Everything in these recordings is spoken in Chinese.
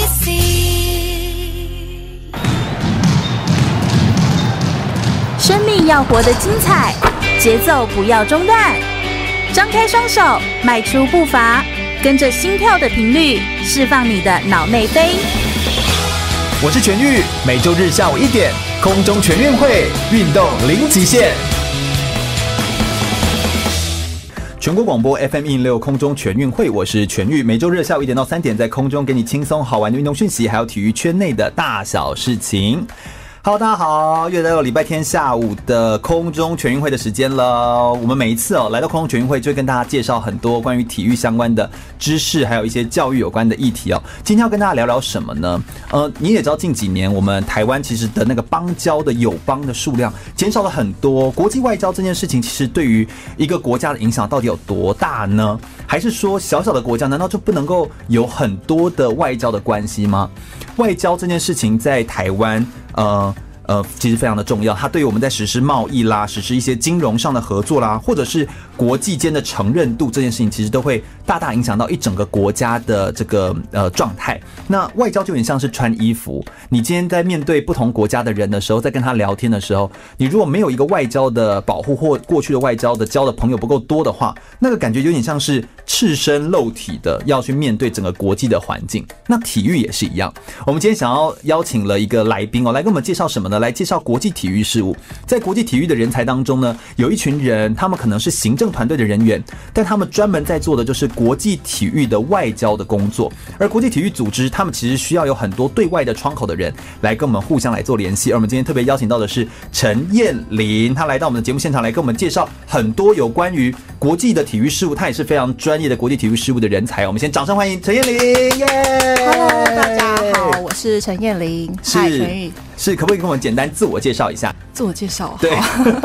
生命要活得精彩，节奏不要中断。张开双手，迈出步伐，跟着心跳的频率，释放你的脑内啡。 我是全玉，每周日下午1点，空中全运会，运动零极限。全国广播 FM106 空中全运会，我是全玉，每周日下午1点到3点，在空中给你轻松好玩的运动讯息，还有体育圈内的大小事情。Hello， 大家好，又来到礼拜天下午的空中全运会的时间了。我们每一次来到空中全运会，就会跟大家介绍很多关于体育相关的知识，还有一些教育有关的议题哦。今天要跟大家聊聊什么呢？你也知道近几年我们台湾其实的那个邦交的友邦的数量减少了很多。国际外交这件事情，其实对于一个国家的影响到底有多大呢？还是说小小的国家难道就不能够有很多的外交的关系吗？外交这件事情在台湾其实非常的重要，它对于我们在实施贸易啦、实施一些金融上的合作啦，或者是国际间的承认度这件事情，其实都会大大影响到一整个国家的这个状态。那外交就有点像是穿衣服，你今天在面对不同国家的人的时候，在跟他聊天的时候，你如果没有一个外交的保护，或过去的外交的交的朋友不够多的话，那个感觉有点像是赤身露体的要去面对整个国际的环境。那体育也是一样，我们今天想要邀请了一个来宾来跟我们介绍什么呢？来介绍国际体育事务。在国际体育的人才当中呢，有一群人，他们可能是行政团队的人员，但他们专门在做的就是国际体育的外交的工作。而国际体育组织，他们其实需要有很多对外的窗口的人来跟我们互相来做联系。而我们今天特别邀请到的是陈燕玲，她来到我们的节目现场来跟我们介绍很多有关于国际的体育事务，她也是非常专业的国际体育事务的人才。我们先掌声欢迎陈燕玲。耶 ！Hello， 大家好，我是陈燕玲。嗨，陈玉。 是，可不可以跟我们简单自我介绍一下？ 自我介绍， 对。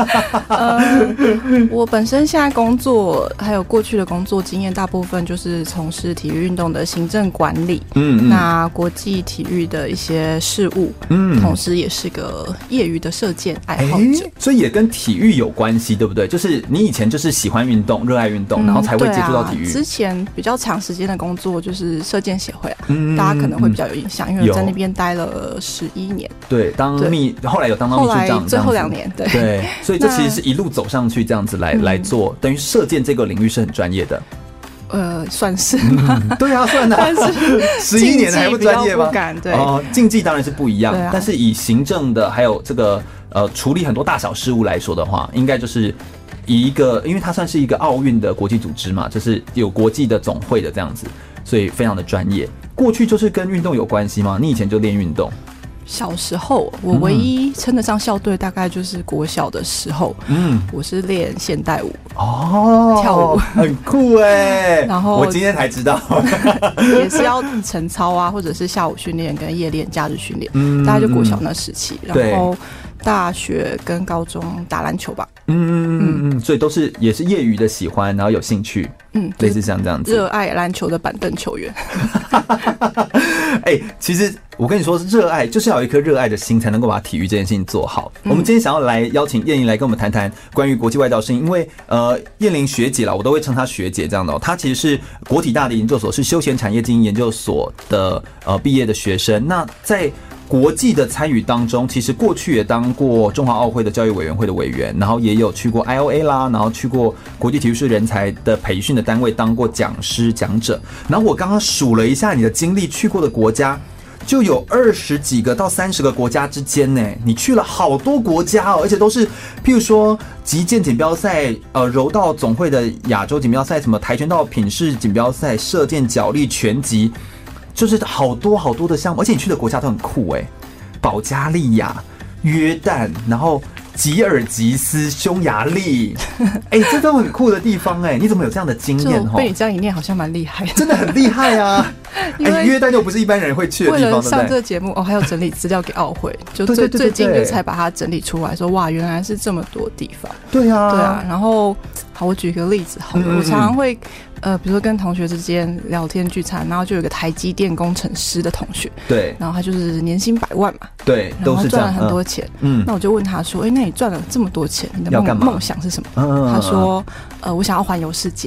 我本身现在工作，还有过去的工作经验，大部分就是从事体育运动的行政管理，那国际体育的一些事务，同时也是个业余的射箭爱好者， 所以也跟体育有关系，对不对？就是你以前就是喜欢运动，热爱运动，然后才会接触到体育。 之前比较长时间的工作就是射箭协会大家可能会比较有印象，因为我在那边待了11年。 对，后来有当到秘书长， 最后2年， 对，所以这其实是一路走上去这样子来做，等于射箭这个领域是很专业的。 算是吗？ 对啊，算啊，但是11年还不专业吗？ 对竞技当然是不一样，但是以行政的还有这个处理很多大小事务来说的话，应该就是以一个，因为它算是一个奥运的国际组织嘛，就是有国际的总会的这样子，所以非常的专业。过去就是跟运动有关系吗？你以前就练运动？ 小时候，我唯一称得上校队，大概就是国小的时候。我是练现代舞，跳舞很酷哎。 然后我今天才知道， 也是要晨操啊，或者是下午训练跟夜练、假日训练，大概就国小那时期。然后大学跟高中打篮球吧。 所以都是也是业余的喜欢，然后有兴趣，类似像这样子， 热爱篮球的板凳球员。 其实我跟你说，热爱就是要有一颗热爱的心，才能够把体育这件事情做好。我们今天想要来邀请燕玲来跟我们谈谈关于国际外交事情，因为燕玲学姐啦，我都会称她学姐这样的她其实是国体大的研究所，是休闲产业经营研究所的毕业的学生。那在国际的参与当中，其实过去也当过中华奥会的教育委员会的委员，然后也有去过 IOA 啦，然后去过国际体育事人才的培训的单位当过讲师讲者。然后我刚刚数了一下你的经历，去过的国家就有20几个到30个国家之间呢，你去了好多国家而且都是譬如说击剑锦标赛、柔道总会的亚洲锦标赛，什么跆拳道品势锦标赛、射箭、角力、拳击。就是好多好多的项目，而且你去的国家都很酷保加利亚、约旦，然后吉尔吉斯、匈牙利，这都很酷的地方你怎么有这样的经验？ 被你这样一念，好像蛮厉害的， 真的很厉害啊！约旦又不是一般人会去的地方。为了上这个节目还有整理资料给奥会，就最近就才把它整理出来，说哇，原来是这么多地方。 对啊， 然后好，我举一个例子好了，我常常会。比如说跟同学之间聊天聚餐，然后就有一个台积电工程师的同学， 对， 然后他就是年薪100万嘛， 对， 然后他赚了很多钱，那我就问他说，那你赚了这么多钱，你的梦想是什么？他说，我想要环游世界。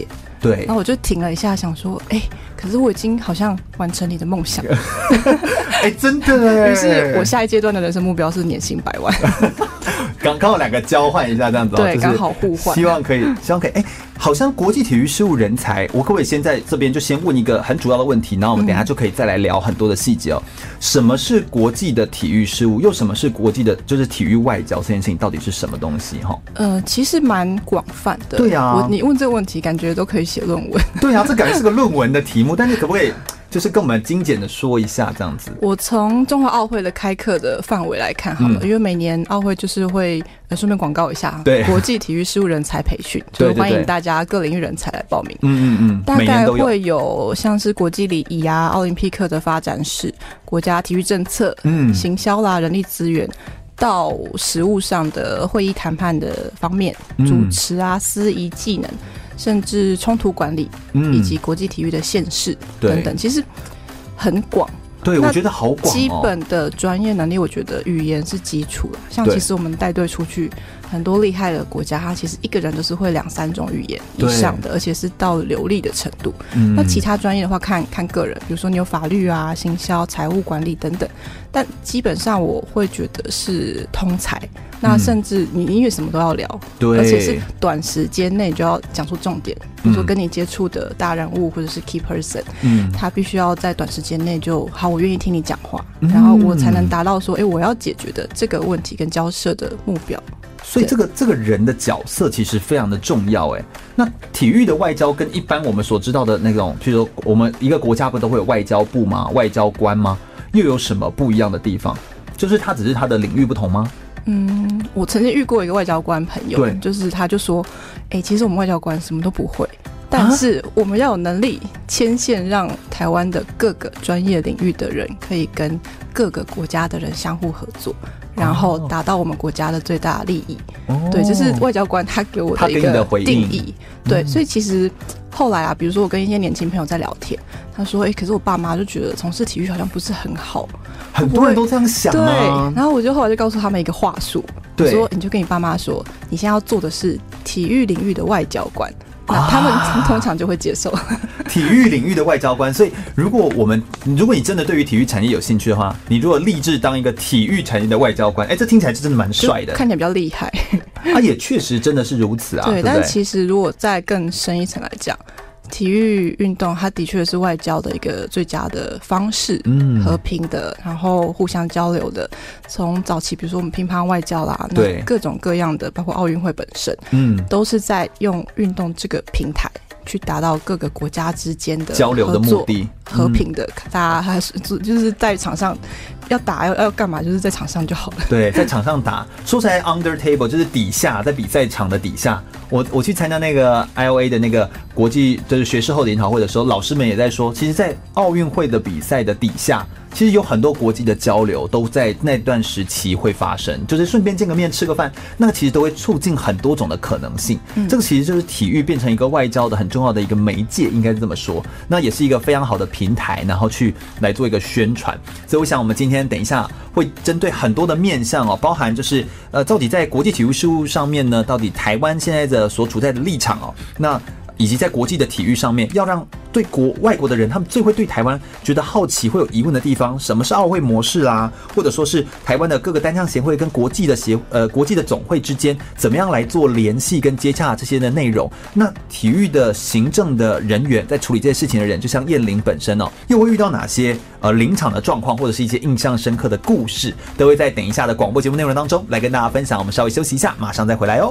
对， 然后我就停了一下，想说，可是我已经好像完成你的梦想。 真的。 于是我下一阶段的人生目标是年薪100万。 刚好两个交换一下这样子， 对，刚好互换。 希望可以。好像国际体育事务人才，我可不可以先在这边就先问一个很主要的问题，然后我们等一下就可以再来聊很多的细节哦。什么是国际的体育事务？又什么是国际的，就是体育外交这件事情到底是什么东西？ 其实蛮广泛的。 对啊， 你问这个问题，感觉都可以写论文。 对啊，这感觉是个论文的题目，但是可不可以就是跟我们精简的说一下这样子？ 我从中华奥会的开课的范围来看好了，因为每年奥会就是会顺便广告一下， 对， 国际体育事务人才培训，就欢迎大家各领域人才来报名。大概会有像是国际礼仪啊、奥林匹克的发展史、国家体育政策、行销啦、人力资源，到实务上的会议谈判的方面，主持啊、司仪技能，甚至冲突管理，以及国际体育的县市等等，其实很广。 对，我觉得好广。 基本的专业能力，我觉得语言是基础了。像其实我们带队出去，很多厉害的国家，他其实一个人都是会2-3种语言以上的，而且是到流利的程度。那其他专业的话，看个人，比如说你有法律啊、行销、财务管理等等。但基本上我会觉得是通才。那甚至你音乐什么都要聊， 对， 而且是短时间内就要讲出重点，比如说跟你接触的大人物或者是 key person，他必须要在短时间内就好，我愿意听你讲话，然后我才能达到说，我要解决的这个问题跟交涉的目标。 所以这个人的角色其实非常的重要。那体育的外交跟一般我们所知道的那种，譬如说我们一个国家不都会有外交部吗？外交官吗？又有什么不一样的地方？就是他只是他的领域不同吗？ 我曾经遇过一个外交官朋友，就是他就说，其实我们外交官什么都不会，但是我们要有能力牵线，让台湾的各个专业领域的人可以跟各个国家的人相互合作，然后达到我们国家的最大利益。对，这是外交官他给我的一个定义。对，所以其实后来啊，比如说我跟一些年轻朋友在聊天，他说，可是我爸妈就觉得从事体育好像不是很好。 很多人都这样想啊。 对，然后我就后来就告诉他们一个话术，我说你就跟你爸妈说，你现在要做的是体育领域的外交官。那他们通常就会接受体育领域的外交官。所以如果你真的对于体育产业有兴趣的话，你如果立志当一个体育产业的外交官，这听起来是真的蛮帅的， 看起来比较厉害。 也确实真的是如此啊。对， 但其实如果再更深一层来讲，体育运动它的确是外交的一个最佳的方式，和平的，然后互相交流的。从早期比如说我们乒乓外交啦，那各种各样的，包括奥运会本身，都是在用运动这个平台去达到各个国家之间的交流的目的， 和平的，大家还是就是在场上要打要干嘛，就是在场上就好了。 对，在场上打。说起来 under table 就是底下，在比赛场的底下。我去参加那个 IOA 的那个国际就是学士后的研讨会的时候，老师们也在说，其实在奥运会的比赛的底下，其实有很多国际的交流都在那段时期会发生，就是顺便见个面吃个饭，那个其实都会促进很多种的可能性。这个其实就是体育变成一个外交的很重要的一个媒介，应该是这么说。那也是一个非常好的平台，然后去来做一个宣传。所以我想我们今天等一下会针对很多的面向包含就是到底在国际体育事务上面呢，到底台湾现在的所处在的立场那以及在国际的体育上面，要让对外国的人，他们最会对台湾觉得好奇、会有疑问的地方，什么是奥会模式啦，或者说是台湾的各个单项协会跟国际的国际的总会之间，怎么样来做联系跟接洽这些的内容？那体育的行政的人员在处理这些事情的人，就像燕玲本身又会遇到哪些临场的状况，或者是一些印象深刻的故事，都会在等一下的广播节目内容当中来跟大家分享。我们稍微休息一下，马上再回来哦。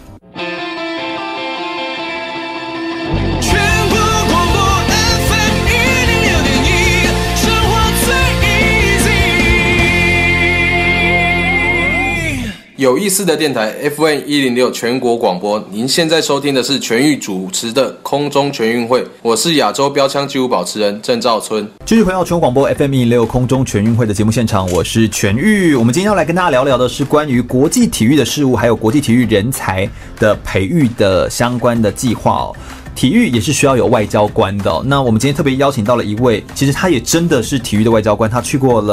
有意思的电台 FM 106全国广播，您现在收听的是全域主持的空中全运会，我是亚洲标枪纪录保持人郑兆春。 继续回到全国广播 FM 106空中全运会的节目现场，我是全域。我们今天要来跟大家聊聊的是关于国际体育的事务，还有国际体育人才的培育的相关的计划体育也是需要有外交官的那我们今天特别邀请到了一位，其实他也真的是体育的外交官，他去过了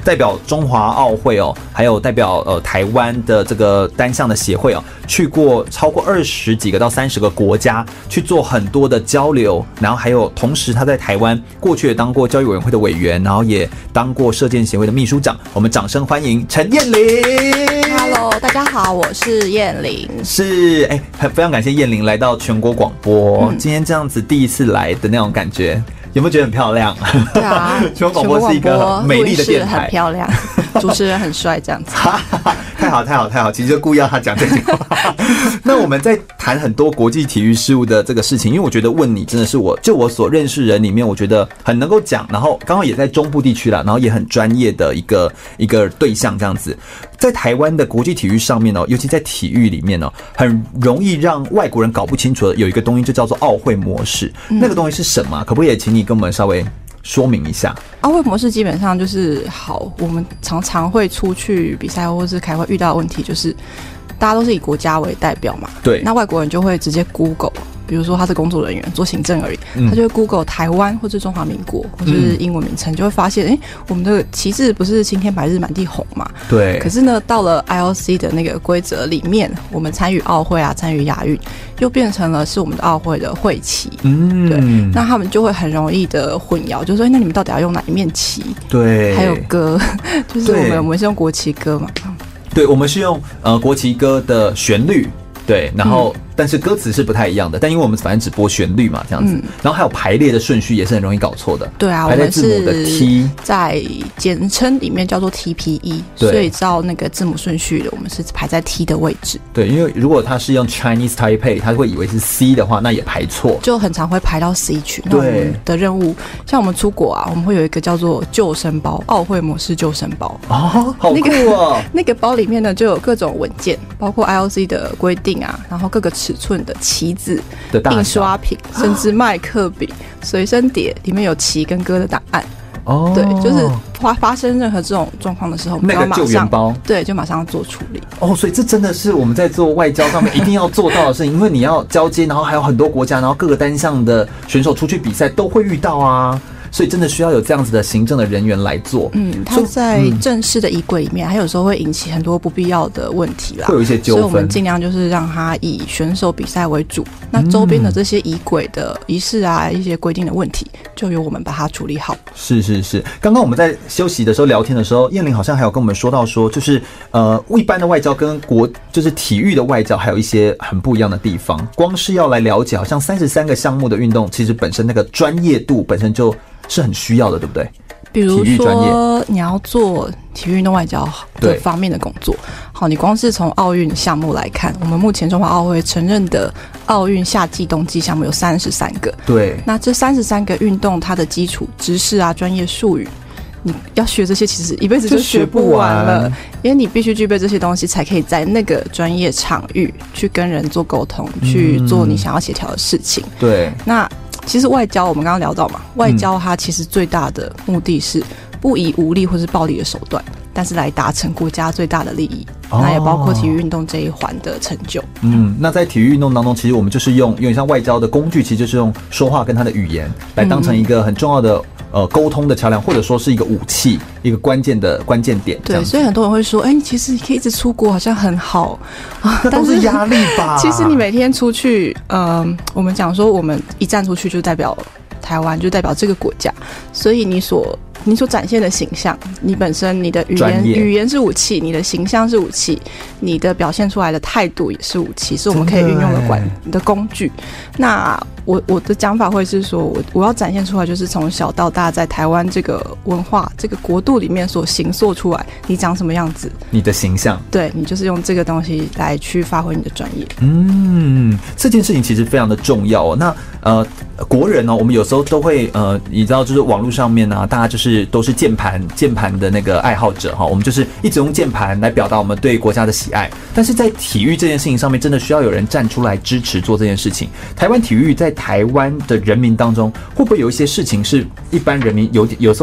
代表中华奥会哦，还有代表台湾的这个单项的协会哦，去过超过20几个到30个国家去做很多的交流，然后还有同时他在台湾过去也当过教育委员会的委员，然后也当过射箭协会的秘书长。我们掌声欢迎陈燕玲。 Hello， 大家好，我是燕玲。 是非常感谢燕玲来到全国广播，今天这样子第一次来的那种感觉。有没有觉得很漂亮？ 对啊， 全国广播是一个美丽的电台， 很漂亮，主持人很帅，这样子。 太好，其实就故意要他讲这句话。那我们在谈很多国际体育事务的这个事情，因为我觉得问你真的是我所认识人里面，我觉得很能够讲，然后刚好也在中部地区啦，然后也很专业的一个对象这样子。在台湾的国际体育上面哦，尤其在体育里面哦，很容易让外国人搞不清楚的有一个东西，就叫做奥会模式。那个东西是什么？可不可以也请你跟我们稍微说明一下？ 奥会模式基本上就是我们常常会出去比赛或是开会遇到的问题，就是大家都是以国家为代表嘛。 对。 那外国人就会直接 Google。比如说他是工作人员做行政而已，他就会 Google 台湾或是中华民国或是英文名称，就会发现我们的旗帜不是青天白日满地红嘛？ 对。 可是呢，到了 IOC 的那个规则里面，我们参与奥会啊，参与亚运，又变成了是我们的奥会的会旗。对。那他们就会很容易的混淆，就说那你们到底要用哪一面旗？ 对。 还有歌，就是我们是用国旗歌嘛？ 对，我们是用国旗歌的旋律。对，然后但是歌词是不太一样的，但因为我们反正只播旋律嘛，这样子，然后还有排列的顺序也是很容易搞错的。 对啊， 排列字母的 T 在简称里面叫做 TPE， 所以照那个字母顺序的，我们是排在 T 的位置。 对，因为如果他是用 Chinese Taipei， 他会以为是 C 的话，那也排错， 就很常会排到 C 区。那我们的任务，像我们出国啊，我们会有一个叫做救生包，奥会模式救生包。 好酷哦！ 那个包里面呢，就有各种文件，包括 IOC 的规定啊，然后各个尺寸的旗子、印刷品，甚至麦克笔、随身碟，里面有旗跟歌的档案。对，就是发生任何这种状况的时候，我们要马上救援包，对，就马上做处理。 所以这真的是我们在做外交上面一定要做到的事情，因为你要交接，然后还有很多国家，然后各个单项的选手出去比赛都会遇到啊。所以真的需要有这样子的行政的人员来做。 他在正式的仪轨里面，还有时候会引起很多不必要的问题啦， 会有一些纠纷。 所以我们尽量就是让他以选手比赛为主，那周边的这些仪轨的仪式啊，一些规定的问题，就由我们把它处理好。 是。刚刚我们在休息的时候聊天的时候，燕玲好像还有跟我们说到说，就是一般的外交跟就是体育的外交还有一些很不一样的地方。光是要来了解，好像33个项目的运动，其实本身那个专业度本身就是很需要的，对不对？ 比如说你要做体育运动外交这方面的工作，好，你光是从奥运项目来看，我们目前中华奥会承认的奥运夏季、冬季项目有33个。 对， 那这33个运动，它的基础知识啊、专业术语，你要学这些，其实一辈子就学不完了，因为你必须具备这些东西，才可以在那个专业场域去跟人做沟通，去做你想要协调的事情。 对， 那其实外交我们刚刚聊到嘛，外交它其实最大的目的是不以武力或是暴力的手段，但是来达成国家最大的利益。那也包括体育运动这一环的成就。 那在体育运动当中，其实我们就是有点像外交的工具，其实就是用说话跟他的语言来当成一个很重要的沟通的桥梁，或者说是一个武器，一个关键点。 对，所以很多人会说，其实你可以一直出国，好像很好啊，那都是压力吧？ 其实你每天出去，我们讲说，我们一站出去就代表台湾，就代表这个国家，所以你所展现的形象，你本身你的语言是武器，你的形象是武器，你的表现出来的态度也是武器，是我们可以运用的工具。那我的讲法会是说，我要展现出来，就是从小到大在台湾这个文化、这个国度里面所形塑出来，你长什么样子，你的形象，对，你就是用这个东西来去发挥你的专业。 这件事情其实非常的重要哦。那国人哦，我们有时候都会你知道，就是网络上面啊，大家都是键盘的那个爱好者哈，我们就是一直用键盘来表达我们对国家的喜爱。但是在体育这件事情上面，真的需要有人站出来支持做这件事情。台湾体育在台湾的人民当中，会不会有一些事情是一般人民有时候都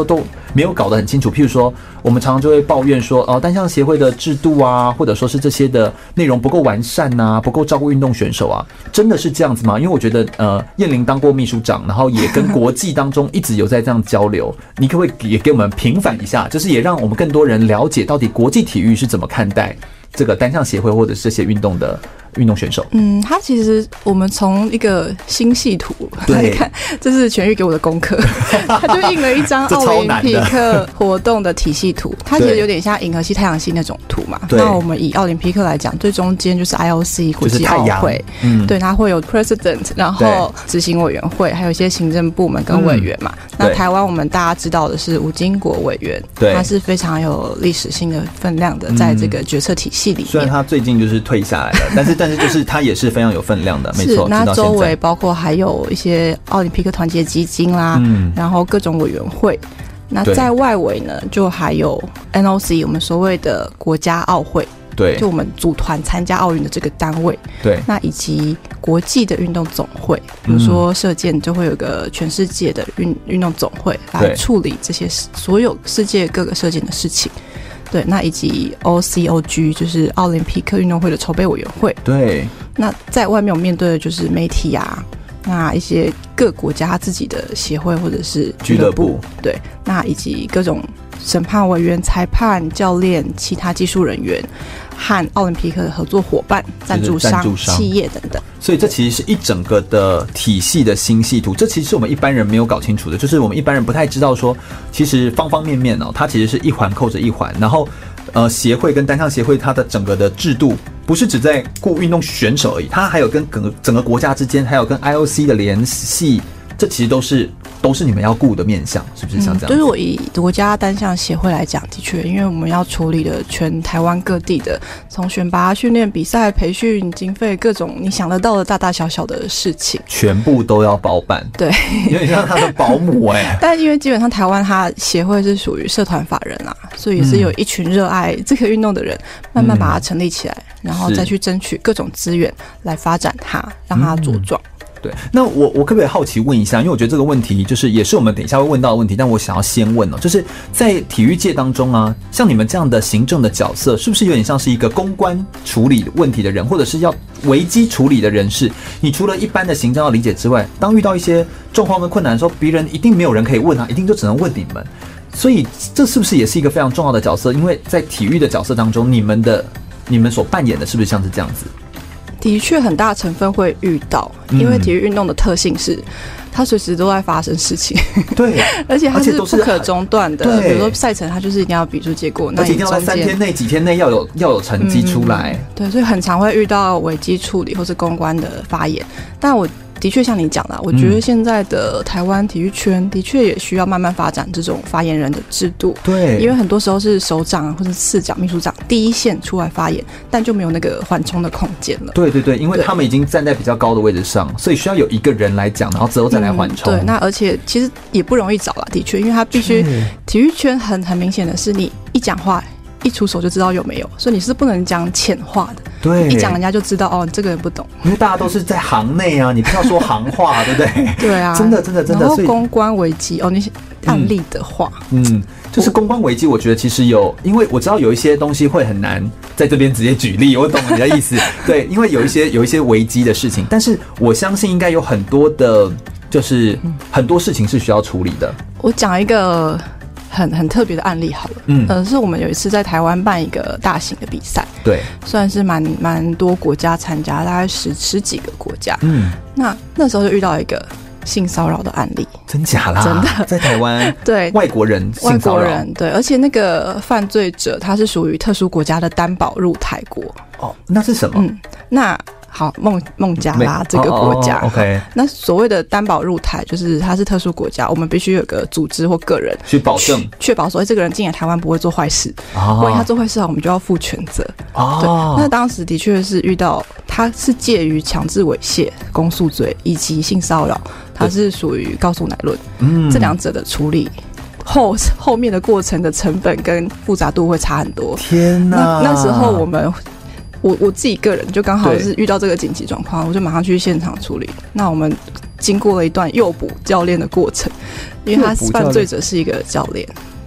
没有搞得很清楚。譬如说，我们常常就会抱怨说，单项协会的制度啊，或者说是这些的内容不够完善啊，不够照顾运动选手啊，真的是这样子吗？因为我觉得燕玲当过秘书长，然后也跟国际当中一直有在这样交流，你可不可以也给我们平反一下，就是也让我们更多人了解到底国际体育是怎么看待这个单项协会或者是这些运动的运动选手？ 它其实我们从一个星系图来看，这是全玉给我的功课，他就印了一张奥林匹克活动的体系图，它其实有点像银河系、太阳系那种图嘛。那我们以奥林匹克来讲，最中间就是 IOC 国际奥会，对，它会有 President， 然后执行委员会，还有一些行政部门跟委员嘛。那台湾我们大家知道的是吴金国委员，他是非常有历史性的分量的，在这个决策体系里面。 虽然他最近就是退下来了，但是就是他也是非常有分量的，没错。 那周围包括还有一些奥林匹克团结基金啦，然后各种委员会。那在外围呢，就还有 NOC， 我们所谓的国家奥会，对，就我们组团参加奥运的这个单位，对。那以及国际的运动总会，比如说射箭就会有个全世界的运动总会来处理这些所有世界各个射箭的事情。对，那以及 OCOG 就是奥林匹克运动会的筹备委员会。对，那在外面我面对的就是媒体啊，那一些各国家自己的协会或者是俱乐部。对，那以及各种审判委员、裁判、教练、其他技术人员和奥林匹克的合作伙伴、赞助商、企业等等。 所以这其实是一整个的体系的星系图，这其实是我们一般人没有搞清楚的，就是我们一般人不太知道说，其实方方面面它其实是一环扣着一环，然后协会跟单项协会它的整个的制度不是只在顾运动选手而已，它还有跟整个国家之间，还有跟 IOC 的联系，这其实都是你们要顾的面向，是不是像这样？ 就是我以国家单项协会来讲，的确，因为我们要处理的全台湾各地的，从选拔、训练、比赛、培训、经费，各种你想得到的大大小小的事情， 全部都要包办。对，有点像他的保姆但因为基本上台湾它协会是属于社团法人啊，所以也是有一群热爱这个运动的人，慢慢把它成立起来，然后再去争取各种资源来发展它，让它茁壮。 对，那我可不可以好奇问一下，因为我觉得这个问题就是也是我们等一下会问到的问题，但我想要先问就是在体育界当中啊，像你们这样的行政的角色，是不是有点像是一个公关处理问题的人，或者是要危机处理的人士？你除了一般的行政要理解之外，当遇到一些状况跟困难的时候，别人一定没有人可以问一定就只能问你们。所以这是不是也是一个非常重要的角色？因为在体育的角色当中，你们所扮演的是不是像是这样子？ 的确很大成分会遇到，因为体育运动的特性是它随时都在发生事情，对，而且它是不可中断的。比如说赛程，它就是一定要比出结果， 而且一定要在3天内、几天内要有成绩出来。 对，所以很常会遇到危机处理或是公关的发言。但我的确像你讲的，我觉得现在的台湾体育圈的确也需要慢慢发展这种发言人的制度。对，因为很多时候是首长或者次长、秘书长第一线出来发言，但就没有那个缓冲的空间了。 对对对，因为他们已经站在比较高的位置上，所以需要有一个人来讲，然后之后再来缓冲。 对，那而且其实也不容易找啦，的确，因为他必须体育圈很明显的是，你一讲话一出手就知道有没有，所以你是不能讲浅话的。对，一讲人家就知道你这个人不懂， 因为大家都是在行内啊，你不要说行话，对不对？ 对啊， 真的。 然后公关危机你案例的话， 就是公关危机，我觉得其实因为我知道有一些东西会很难在这边直接举例，我懂你的意思。对，因为有一些危机的事情，但是我相信应该有很多的，就是很多事情是需要处理的。 我讲一个很特别的案例好了，是我们有一次在台湾办一个大型的比赛，对，算是蛮多国家参加，大概十几个国家，那时候就遇到一个性骚扰的案例。 真假啦？真的，在台湾对外国人性骚扰， 对，而且那个犯罪者他是属于特殊国家的担保入台国。 那是什么？ 那好，孟加拉这个国家 ，OK。 那所谓的担保入台，就是它是特殊国家，我们必须有个组织或个人去保证， 确保说这个人进来台湾不会做坏事。万一他做坏事我们就要负全责。对，那当时的确是遇到他是介于强制猥亵、公诉罪以及性骚扰，他是属于告诉乃论。这两者的处理。后面的过程的成本跟复杂度会差很多。天哪！那时候我自己个人就刚好是遇到这个紧急状况，我就马上去现场处理。那我们经过了一段诱捕教练的过程，因为他犯罪者是一个教练，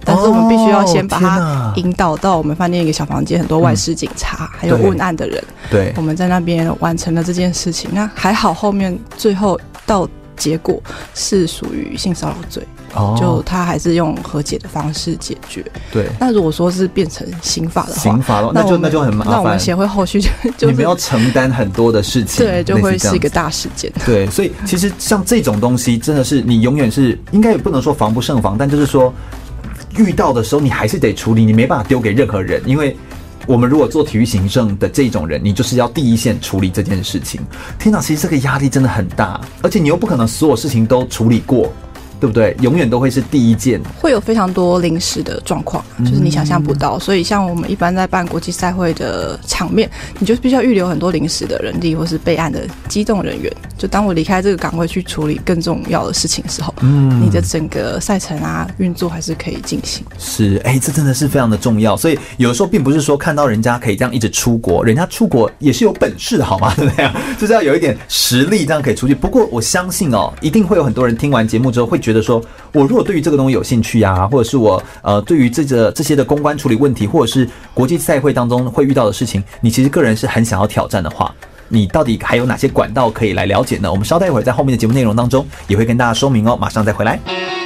但是我们必须要先把他引导到我们饭店一个小房间，很多外事警察，还有问案的人， 对， 我们在那边完成了这件事情。那还好，后面最后到结果是属于性骚扰罪。就他还是用和解的方式解决。对，那如果说是变成刑法的话，那就很麻烦。那我们协会后续就你们要承担很多的事情， 对，就会是一个大事件。 对，所以其实像这种东西，真的是你永远是应该也不能说防不胜防，但就是说遇到的时候你还是得处理，你没办法丢给任何人，因为我们如果做体育行政的这种人，你就是要第一线处理这件事情。天哪，其实这个压力真的很大，而且你又不可能所有事情都处理过。对不对？永远都会是第一件， 会有非常多临时的状况，就是你想象不到。所以像我们一般在办国际赛会的场面，你就必须要预留很多临时的人力或是备案的机动人员。就当我离开这个岗位去处理更重要的事情的时候，你的整个赛程啊运作还是可以进行。 是，这真的是非常的重要。所以有的时候并不是说看到人家可以这样一直出国，人家出国也是有本事的，好吗？对不对？就是要有一点实力，这样可以出去。不过我相信一定会有很多人听完节目之后会觉得说，我如果对于这个东西有兴趣啊，或者是我对于这些的公关处理问题，或者是国际赛会当中会遇到的事情，你其实个人是很想要挑战的话，你到底还有哪些管道可以来了解呢？我们稍待一会儿，在后面的节目内容当中也会跟大家说明哦，马上再回来。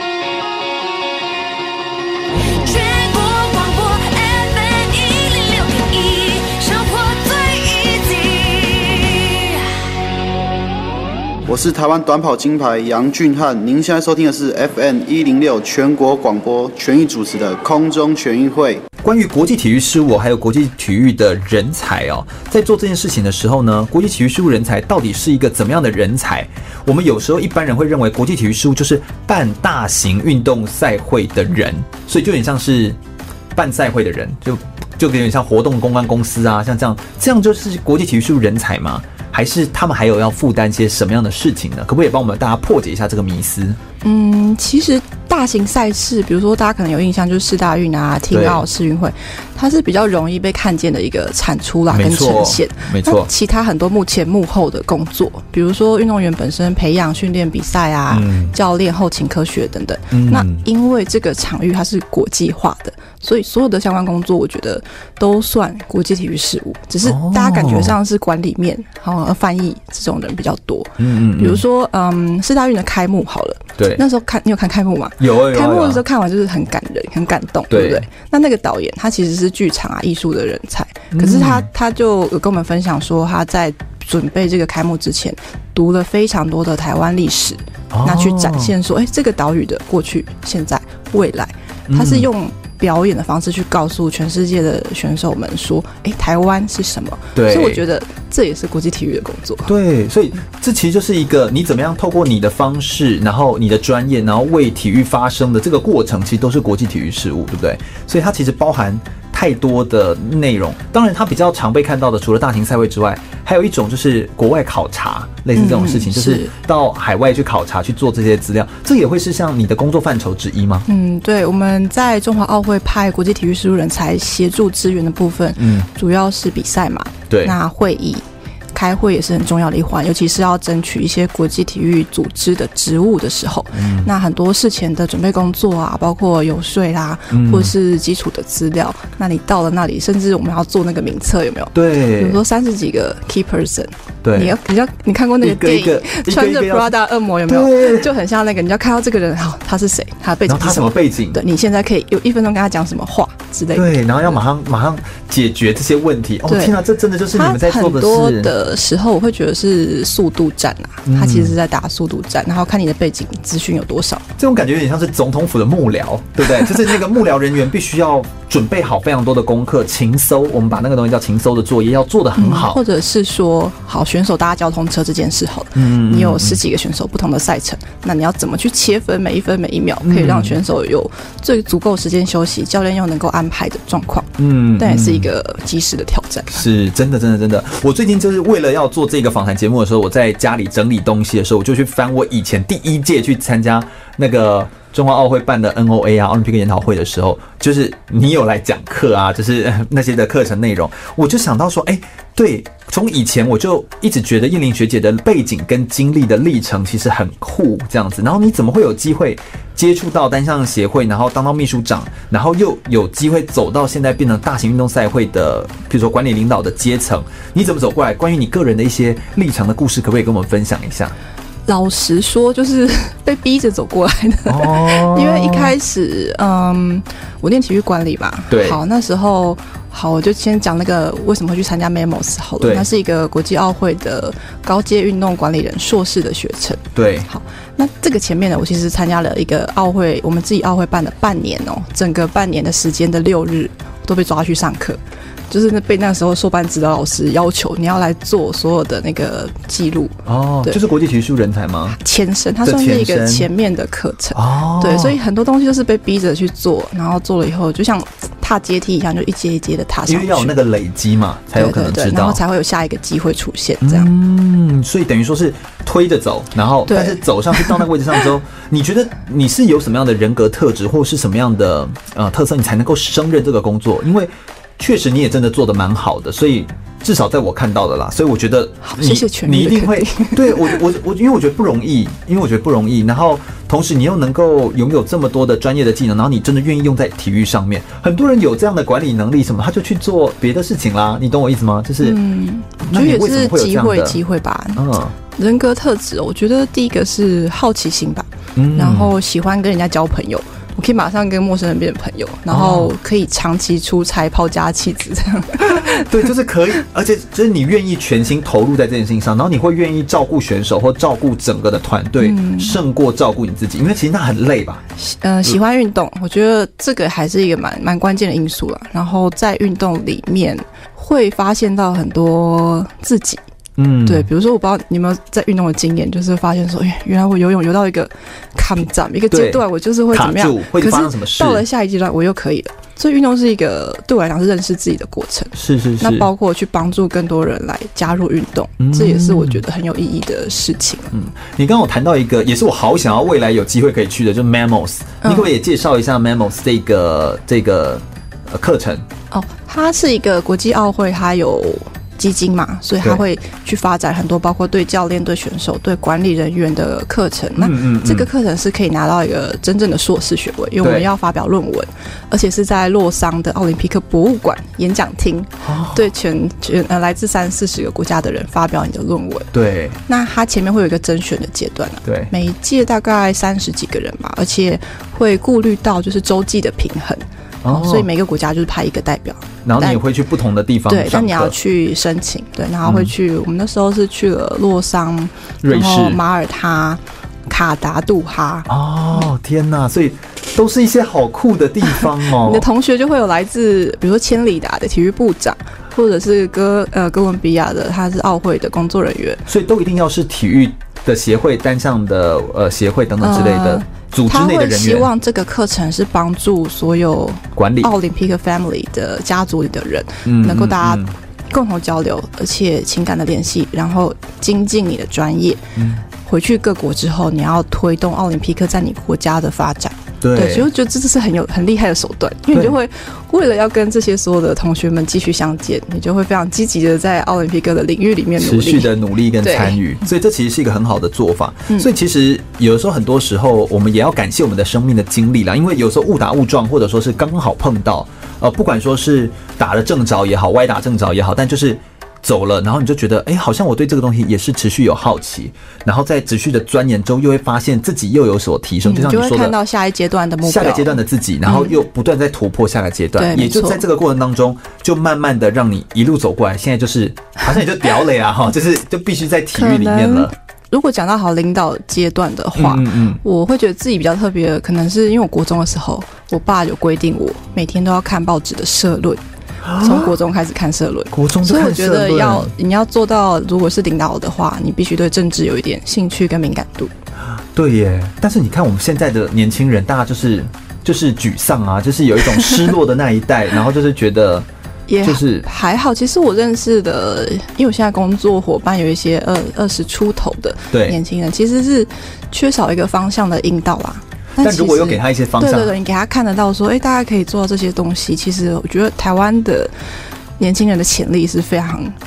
我是台湾短跑金牌杨俊翰，您现在收听的是 FM106 全国广播全域主持的空中全运会。 关于国际体育事务还有国际体育的人才在做这件事情的时候呢，国际体育事务人才到底是一个怎么样的人才？我们有时候一般人会认为国际体育事务就是办大型运动赛会的人，所以就有点像是办赛会的人，就有点像活动公关公司啊，像这样就是国际体育事务人才吗？还是他们还有要负担些什么样的事情呢？可不可以帮我们大家破解一下这个迷思？ 其实大型赛事，比如说大家可能有印象就是世大运啊、听奥、世运会，它是比较容易被看见的一个产出啦跟呈现。 没错。 其他很多幕前幕后的工作，比如说运动员本身培养、训练、比赛啊，教练、后勤科学等等。那因为这个场域它是国际化的，所以所有的相关工作，我觉得都算国际体育事务，只是大家感觉上是管理面、翻译这种人比较多。比如说世大运的开幕好了， 对， 那时候你有看开幕吗？ 有。 开幕的时候看完就是很感人、很感动，对不对？那个导演他其实是剧场啊、艺术的人才，可是他就有跟我们分享说，他在准备这个开幕之前，读了非常多的台湾历史，那去展现说，这个岛屿的过去、现在、未来，他是用表演的方式去告诉全世界的选手们说，台湾是什么？对，所以我觉得这也是国际体育的工作。 对，所以这其实就是一个你怎么样透过你的方式，然后你的专业，然后为体育发声的这个过程，其实都是国际体育事务，对不对？所以它其实包含太多的内容。当然，它比较常被看到的，除了大型赛会之外，还有一种就是国外考察，类似这种事情，就是到海外去考察，去做这些资料。这也会是像你的工作范畴之一吗？ 对，我们在中华奥会派国际体育事务人才协助支援的部分，主要是比赛嘛，对，那会议。开会也是很重要的一环，尤其是要争取一些国际体育组织的职务的时候，那很多事前的准备工作啊，包括游说啦，或者是基础的资料，那你到了那里，甚至我们要做那个名册，有没有？对，比如说30几个 key person， 对，你看过那个电影穿着 Prada 恶魔有没有？就很像那个，你要看到这个人，他是谁，他的背景是什么， 然后他什么背景？ 对，你现在可以有1分钟跟他讲什么话之类的。 对，然后要马上解决这些问题。天啊，这真的就是你们在做的事。 很多的时候我会觉得是速度战啊，他其实是在打速度战，然后看你的背景资讯有多少。 这种感觉有点像是总统府的幕僚，对不对？就是那个幕僚人员必须要准备好非常多的功课，情搜，我们把那个东西叫情搜的作业要做得很好， 或者是说，好，选手搭交通车这件事好了，你有10几个选手不同的赛程，那你要怎么去切分每一分每一秒，可以让选手有最足够时间休息，教练又能够安排的状况，但也是一个及时的挑战。 是真的。我最近就是为了要做这个访谈节目的时候，我在家里整理东西的时候，我就去翻我以前第1届去参加那个中华奥会办的 NOA 啊奥林匹克研讨会的时候，就是你有来讲课啊，就是那些的课程内容，我就想到说，对，从以前我就一直觉得燕玲学姐的背景跟经历的历程其实很酷这样子，然后你怎么会有机会接触到单项协会，然后当到秘书长，然后又有机会走到现在变成大型运动赛会的，比如说管理领导的阶层，你怎么走过来？关于你个人的一些历程的故事，可不可以跟我们分享一下？ 老实说，就是被逼着走过来的。因为一开始，我念体育管理嘛， 对， 好，那时候好，我就先讲那个为什么会去参加 MEMOS 好了，那是一个国际奥会的高阶运动管理人硕士的学程。对，好，那这个前面呢，我其实参加了一个奥会，我们自己奥会办的半年哦，整个半年的时间的6日都被抓去上课。就是被那时候授班指导老师要求你要来做所有的那个记录哦，就是国际体育事务人才吗？ 前身，它算是一个前面的课程哦，对，所以很多东西都是被逼着去做，然后做了以后，就像踏阶梯一样，就一阶一阶的踏上去， 因为要有那个累积嘛，才有可能知道， 对，然后才会有下一个机会出现，这样。 所以等于说是推着走，然后但是走上去到那个位置上之后，你觉得你是有什么样的人格特质，或是什么样的特色，你才能够胜任这个工作？因为确实你也真的做得蛮好的，所以至少在我看到的啦，所以我觉得谢谢全你一定会对我因为我觉得不容易，然后同时你又能够拥有这么多的专业的技能，然后你真的愿意用在体育上面。很多人有这样的管理能力什么，他就去做别的事情啦，你懂我意思吗？就是那你为什么会有这样的机会吧？人格特质，我觉得第一个是好奇心吧，然后喜欢跟人家交朋友。我可以马上跟陌生人变成朋友，然后可以长期出差抛家弃子这样。 对，就是可以，而且就是你愿意全心投入在这件事情上，然后你会愿意照顾选手或照顾整个的团队，胜过照顾你自己，因为其实那很累吧。 喜欢运动，我觉得这个还是一个蛮关键的因素啦。然后在运动里面会发现到很多自己。对，比如说我不知道你有没有在运动的经验，就是发现说，原来我游泳游到一个坎站一个阶段，我就是会怎么样， 会发生什么事？ 到了下一阶段我又可以了。所以运动是一个对我来讲是认识自己的过程， 是。 那包括去帮助更多人来加入运动，这也是我觉得很有意义的事情。 你刚刚有谈到一个，也是我好想要未来有机会可以去的，就是 MEMOS。你可不可以也介绍一下 MEMOS 这个课程？哦， 它是一个国际奥会，它有基金嘛，所以他会去发展很多包括对教练、对选手、对管理人员的课程。那这个课程是可以拿到一个真正的硕士学位，因为我们要发表论文，而且是在洛桑的奥林匹克博物馆演讲厅，对全来自30-40个国家的人发表你的论文。 对， 那他前面会有一个甄选的阶段啊，对，每一届大概30几个人吧，而且会顾虑到就是洲际的平衡。所以每个国家就是派一个代表， 然后你也会去不同的地方上课， 对，但你要去申请，对，然后会去，我们那时候是去了洛桑、 瑞士、 马耳他、卡达、杜哈。 哦，天哪！所以都是一些好酷的地方哦。 你的同学就会有来自，比如说千里达的体育部长，或者是哥伦比亚的，他是奥会的工作人员， 所以都一定要是体育的协会、单项的协会等等之类的。组织内的人员，他会希望这个课程是帮助所有管理奥林匹克 family 的家族里的人，能够大家共同交流，而且情感的联系，然后精进你的专业。回去各国之后，你要推动奥林匹克在你国家的发展。对，所以我觉得这是很厉害的手段，因为你就会为了要跟这些所有的同学们继续相见，你就会非常积极的在奥林匹克的领域里面持续的努力跟参与，所以这其实是一个很好的做法。所以其实有的时候很多时候我们也要感谢我们的生命的经历啦，因为有时候误打误撞，或者说是刚刚好碰到，不管说是打了正着也好，歪打正着也好，但就是走了，然后你就觉得好像我对这个东西也是持续有好奇，然后在持续的钻研中又会发现自己又有所提升，就像你说的， 就会看到下一阶段的目标， 下个阶段的自己，然后又不断在突破下个阶段，也就在这个过程当中就慢慢的让你一路走过来，现在就是好像也就屌了呀哈，就必须在体育里面了。 如果讲到好领导阶段的话，我会觉得自己比较特别，可能是因为我国中的时候，我爸有规定我每天都要看报纸的社论。从国中开始看社论，所以我觉得你要做到，如果是领导的话，你必须对政治有一点兴趣跟敏感度。 对耶，但是你看我们现在的年轻人，大家就是沮丧啊，就是有一种失落的那一代，然后就是觉得就是还好。其实我认识的，因为我现在工作伙伴有一些20出头的年轻人，其实是缺少一个方向的引导啦。 但如果有给他一些方向， 对，你给他看得到说，大家可以做到这些东西。其实我觉得台湾的年轻人的潜力是非常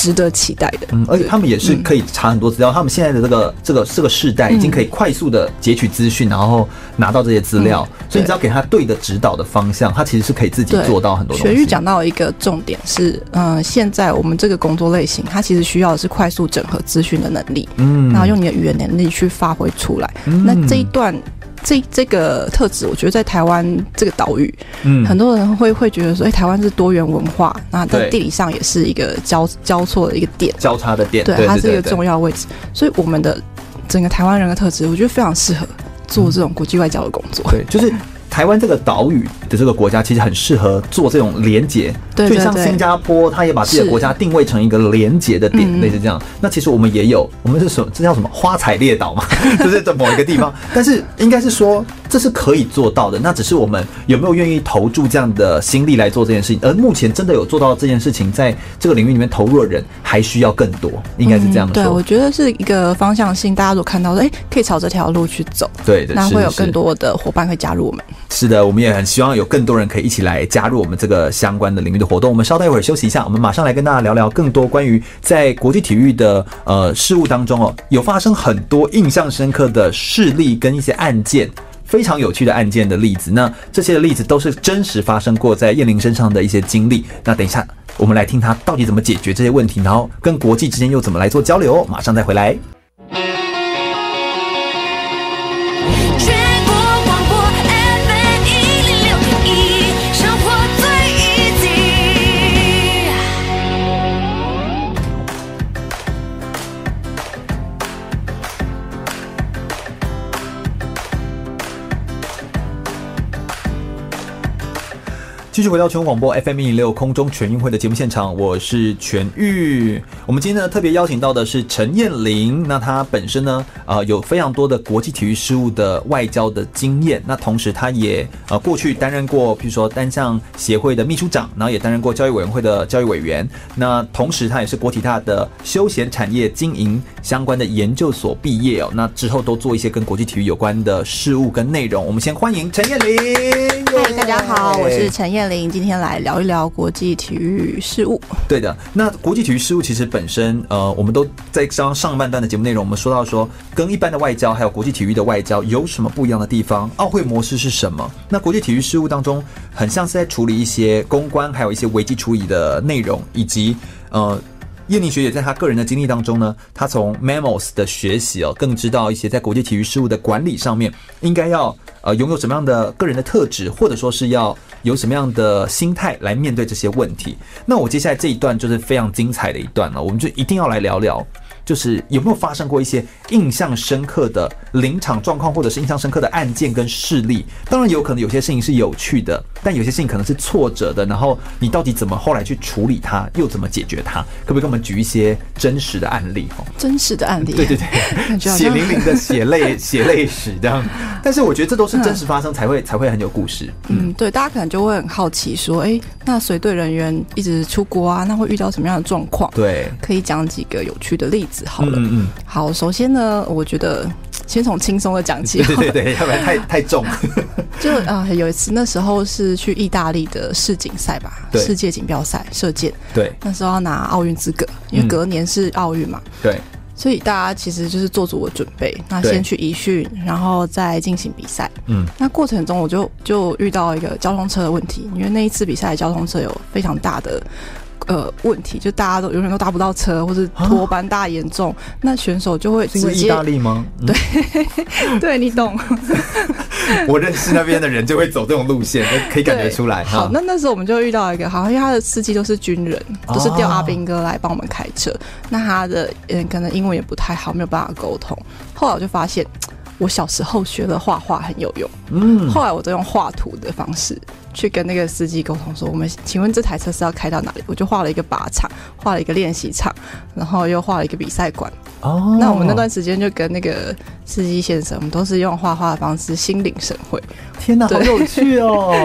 值得期待的。 而且他们也是可以查很多资料，他们现在的这个世代已经可以快速的截取资讯，然后拿到这些资料，所以你只要给他对的指导的方向，他其实是可以自己做到很多东西。 学玉讲到一个重点是，现在我们这个工作类型，它其实需要的是快速整合资讯的能力，然后用你的语言能力去发挥出来。那这一段。这个特质，我觉得在台湾这个岛屿，很多人会觉得说，台湾是多元文化，那在地理上也是一个交错的一个点， 交叉的点， 对，它是一个重要位置。所以我们的整个台湾人的特质，我觉得非常适合做这种国际外交的工作。 对，就是台湾这个岛屿的这个国家，其实很适合做这种连结。 对， 就像新加坡，它也把自己的国家定位成一个连结的点，类似这样。那其实我们也有，我们是什么？这叫什么？花彩列岛嘛，就是在某一个地方。但是应该是说，这是可以做到的。那只是我们有没有愿意投注这样的心力来做这件事情？而目前真的有做到这件事情，在这个领域里面投入的人还需要更多，应该是这样说。 对，我觉得是一个方向性，大家都看到说，可以朝这条路去走。 对的， 那会有更多的伙伴会加入我们。 是的，我们也很希望有更多人可以一起来加入我们这个相关的领域的活动。我们稍待一会儿休息一下，我们马上来跟大家聊聊更多关于在国际体育的事务当中有发生很多印象深刻的事例跟一些案件，非常有趣的案件的例子。那这些的例子都是真实发生过在燕玲身上的一些经历。那等一下我们来听她到底怎么解决这些问题，然后跟国际之间又怎么来做交流马上再回来。继续回到全国广播 FM106 空中全运会的节目现场，我是全玉。我们今天呢特别邀请到的是陈燕玲，那她本身呢有非常多的国际体育事务的外交的经验，那同时她也过去担任过比如说单项协会的秘书长，然后也担任过教育委员会的教育委员，那同时她也是国体大的休闲产业经营相关的研究所毕业那之后都做一些跟国际体育有关的事务跟内容。我们先欢迎陈燕玲。 嗨，大家好，我是陈燕玲，今天来聊一聊国际体育事务。 对的，那国际体育事务其实本身我们都在上半段的节目内容我们说到说跟一般的外交还有国际体育的外交有什么不一样的地方，奥会模式是什么。那国际体育事务当中很像是在处理一些公关还有一些危机处理的内容，以及燕玲学姐在她个人的经历当中呢，她从 Memos 的学习更知道一些在国际体育事务的管理上面应该要拥有什么样的个人的特质，或者说是要有什么样的心态来面对这些问题。那我接下来这一段就是非常精彩的一段了，我们就一定要来聊聊，就是有没有发生过一些印象深刻的临场状况，或者是印象深刻的案件跟事例。当然有可能有些事情是有趣的，但有些事情可能是挫折的，然后你到底怎么后来去处理它，又怎么解决它，可不可以跟我们举一些真实的案例？ 真实的案例， 对对对，血淋淋的血泪史这样。但是我觉得这都是真实发生才会很有故事。 对，大家可能就会很好奇说，那随队人员一直出国啊，那会遇到什么样的状况？对，可以讲几个有趣的例子好了。好，首先呢，我觉得先从轻松的讲起。 对，要不然太重。 就有一次，那时候是去意大利的世锦赛吧，世界锦标赛射箭。对，那时候要拿奥运资格，因为隔年是奥运嘛。对。所以大家其实就是做足了准备，那先去移训，然后再进行比赛。那过程中我就遇到一个交通车的问题，因为那一次比赛的交通车有非常大的问题，就大家都永远都搭不到车，或是拖班大严重，那选手就会直接。是因为意大利吗？ 对，对你懂。 我认识那边的人就会走这种路线，可以感觉出来。 好，那时候我们就遇到一个，好像因为他的司机都是军人，都是调阿兵哥来帮我们开车，那他的可能英文也不太好，没有办法沟通。后来我就发现，我小时候学的画画很有用。后来我就用画图的方式去跟那个司机沟通说，请问这台车是要开到哪里？我就画了一个靶场，画了一个练习场，然后又画了一个比赛馆。那我们那段时间就跟那个司机先生，我们都是用画画的方式心领神会。 天哪，好有趣哦！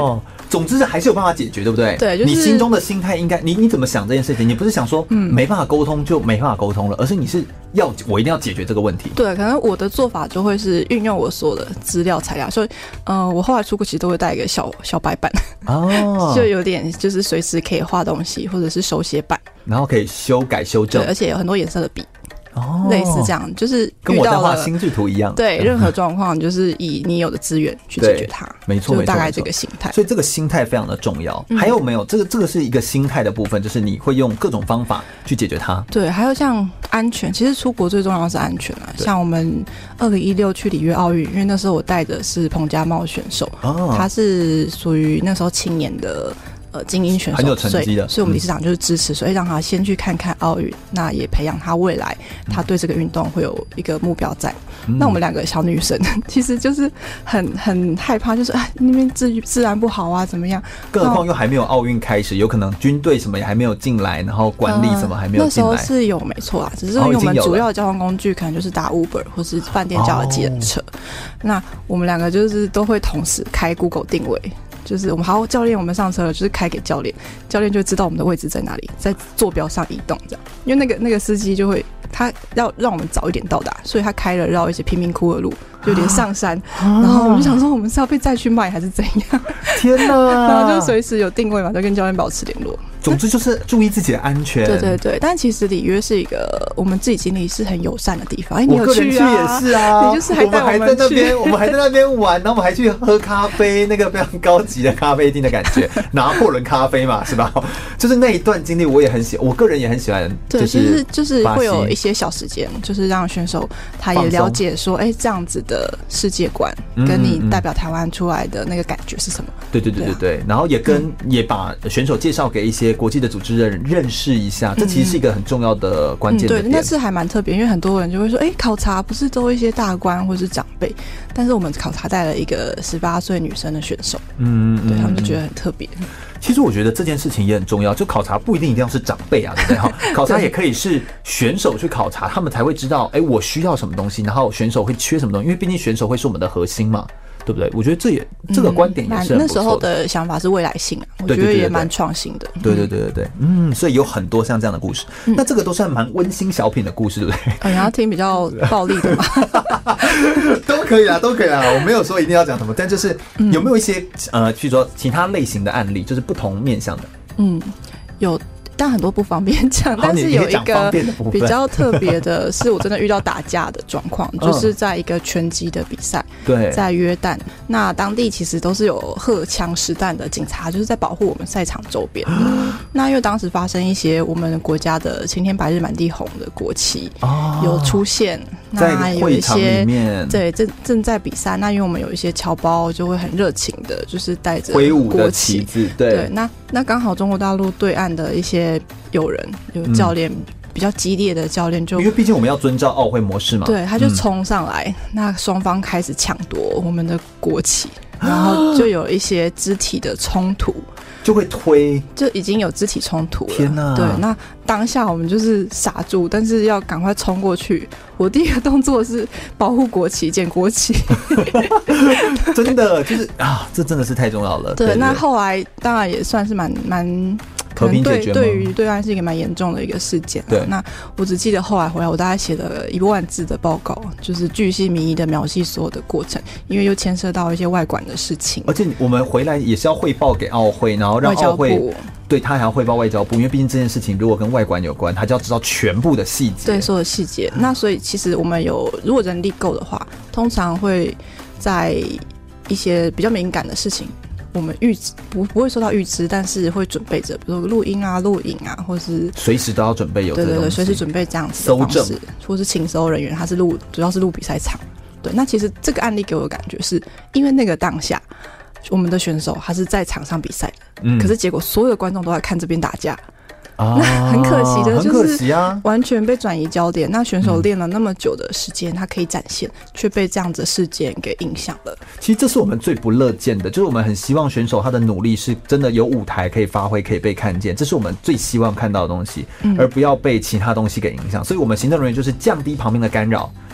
总之还是有办法解决，对不对？ 对，就是你心中的心态应该，你怎么想这件事情？你不是想说没办法沟通就没办法沟通了，而是你是我一定要解决这个问题。 对，可能我的做法就会是运用我所有的资料材料，所以我后来出国其实都会带一个小白板，就有点就是随时可以画东西，或者是手写板， 然后可以修改修正， 对，而且有很多颜色的笔。类似这样，就是跟我在画心智图一样。 对，任何状况就是以你有的资源去解决它。 没错， 就大概这个心态。 所以这个心态非常的重要。还有没有这个是一个心态的部分，就是你会用各种方法去解决它。 对，还有像安全，其实出国最重要的是安全啊。像我们2016去里约奥运，因为那时候我带的是彭家茂选手，他是属于那时候青年的。精英选手， 很有成绩的， 所以我们理事长就是支持，所以让他先去看看奥运，那也培养他未来，他对这个运动会有一个目标在。那我们2个小女生其实就是很害怕，就是那边自然不好啊，怎么样？ 更何况又还没有奥运开始，有可能军队什么也还没有进来，然后管理什么还没有进来。 那时候是有没错啊，只是因为我们主要的交通工具可能就是打 Uber 或是饭店叫的计程车。那我们2个就是都会同时开 Google 定位。就是我们好教练，我们上车了，就是开给教练，教练就知道我们的位置在哪里，在坐标上移动这样。因为那个司机就会，他要让我们早一点到达，所以他开了绕一些贫民窟的路，就有点上山。然后我们就想说，我们是要被载去卖还是怎样？ 天哪！ 然后就随时有定位嘛，就跟教练保持联络。 总之就是注意自己的安全。 对对对，但其实里约是一个我们自己经历是很友善的地方。 你有去啊？也是啊， 你就是还带我们去， 我们还在那边玩，然后我们还去喝咖啡，那个非常高级的咖啡厅的感觉，拿破仑咖啡嘛，是吧？就是那一段经历，我也很喜欢，我个人也很喜欢。 对，其实就是会有一些小时间，就是让选手他也了解说，这样子的世界观跟你代表台湾出来的那个感觉是什么？ 对对对对对，然后也把选手介绍给一些国际的组织人认识一下，这其实是一个很重要的关键的点。 对，那次还蛮特别，因为很多人就会说，考察不是都一些大官或是长辈，但是我们考察带了一个18岁女生的选手，对他们就觉得很特别。 其实我觉得这件事情也很重要，就考察不一定要是长辈啊，对不对？考察也可以是选手去考察，他们才会知道，我需要什么东西，然后选手会缺什么东西，因为毕竟选手会是我们的核心嘛。对不对？我觉得这个观点也是很不错的。 那时候的想法是未来性啊，我觉得也蛮创新的。 对对对对对，所以有很多像这样的故事。那这个都算蛮温馨小品的故事，对不对？ 你要听比较暴力的吗？ 都可以啦，都可以啦。我没有说一定要讲什么，但就是有没有一些譬如说其他类型的案例，就是不同面向的？ 有。但很多不方便讲，但是有一个比较特别的是，我真的遇到打架的状况，就是在一个拳击的比赛， 对， 在约旦，那当地其实都是有荷枪实弹的警察，就是在保护我们赛场周边。那因为当时发生一些我们国家的青天白日满地红的国旗有出现，那有一些对正在比赛，那因为我们有一些侨胞就会很热情的，就是带着挥舞的旗帜，对， 那刚好中国大陆对岸的一些有教练比较激烈的教练就， 因为毕竟我们要遵照奥会模式嘛， 对，他就冲上来，那双方开始抢夺我们的国旗，然后就有一些肢体的冲突， 就会推， 就已经有肢体冲突了。 天哪！ 对，那当下我们就是傻住，但是要赶快冲过去。我第一个动作是保护国旗，捡国旗。 真的就是这真的是太重要了。 对，那后来当然也算是蛮和平解决吗？ 对于对岸是一个蛮严重的一个事件。对，那我只记得后来回来，我大概写了1万字的报告，就是巨细靡遗的描述所有的过程，因为又牵涉到一些外管的事情。 而且我们回来也是要汇报给奥会，然后让奥会对他还要汇报外交部，因为毕竟这件事情如果跟外管有关，他就要知道全部的细节，对， 所有的细节。那所以其实我们如果人力够的话，通常会在一些比较敏感的事情。我们不会收到预知，但是会准备着，比如说录音啊、录影啊，或是随时都要准备有这个东西， 对，随时准备这样子的方式，或是请搜人员，他是主要是录比赛场。对，那其实这个案例给我的感觉是，因为那个当下，我们的选手他是在场上比赛的，可是结果所有的观众都在看这边打架。那很可惜的就是完全被转移焦点。那选手练了那么久的时间，他可以展现，却被这样子的事件给影响了。 其实这是我们最不乐见的，就是我们很希望选手他的努力是真的有舞台可以发挥，可以被看见，这是我们最希望看到的东西，而不要被其他东西给影响。所以我们行政人员就是降低旁边的干扰，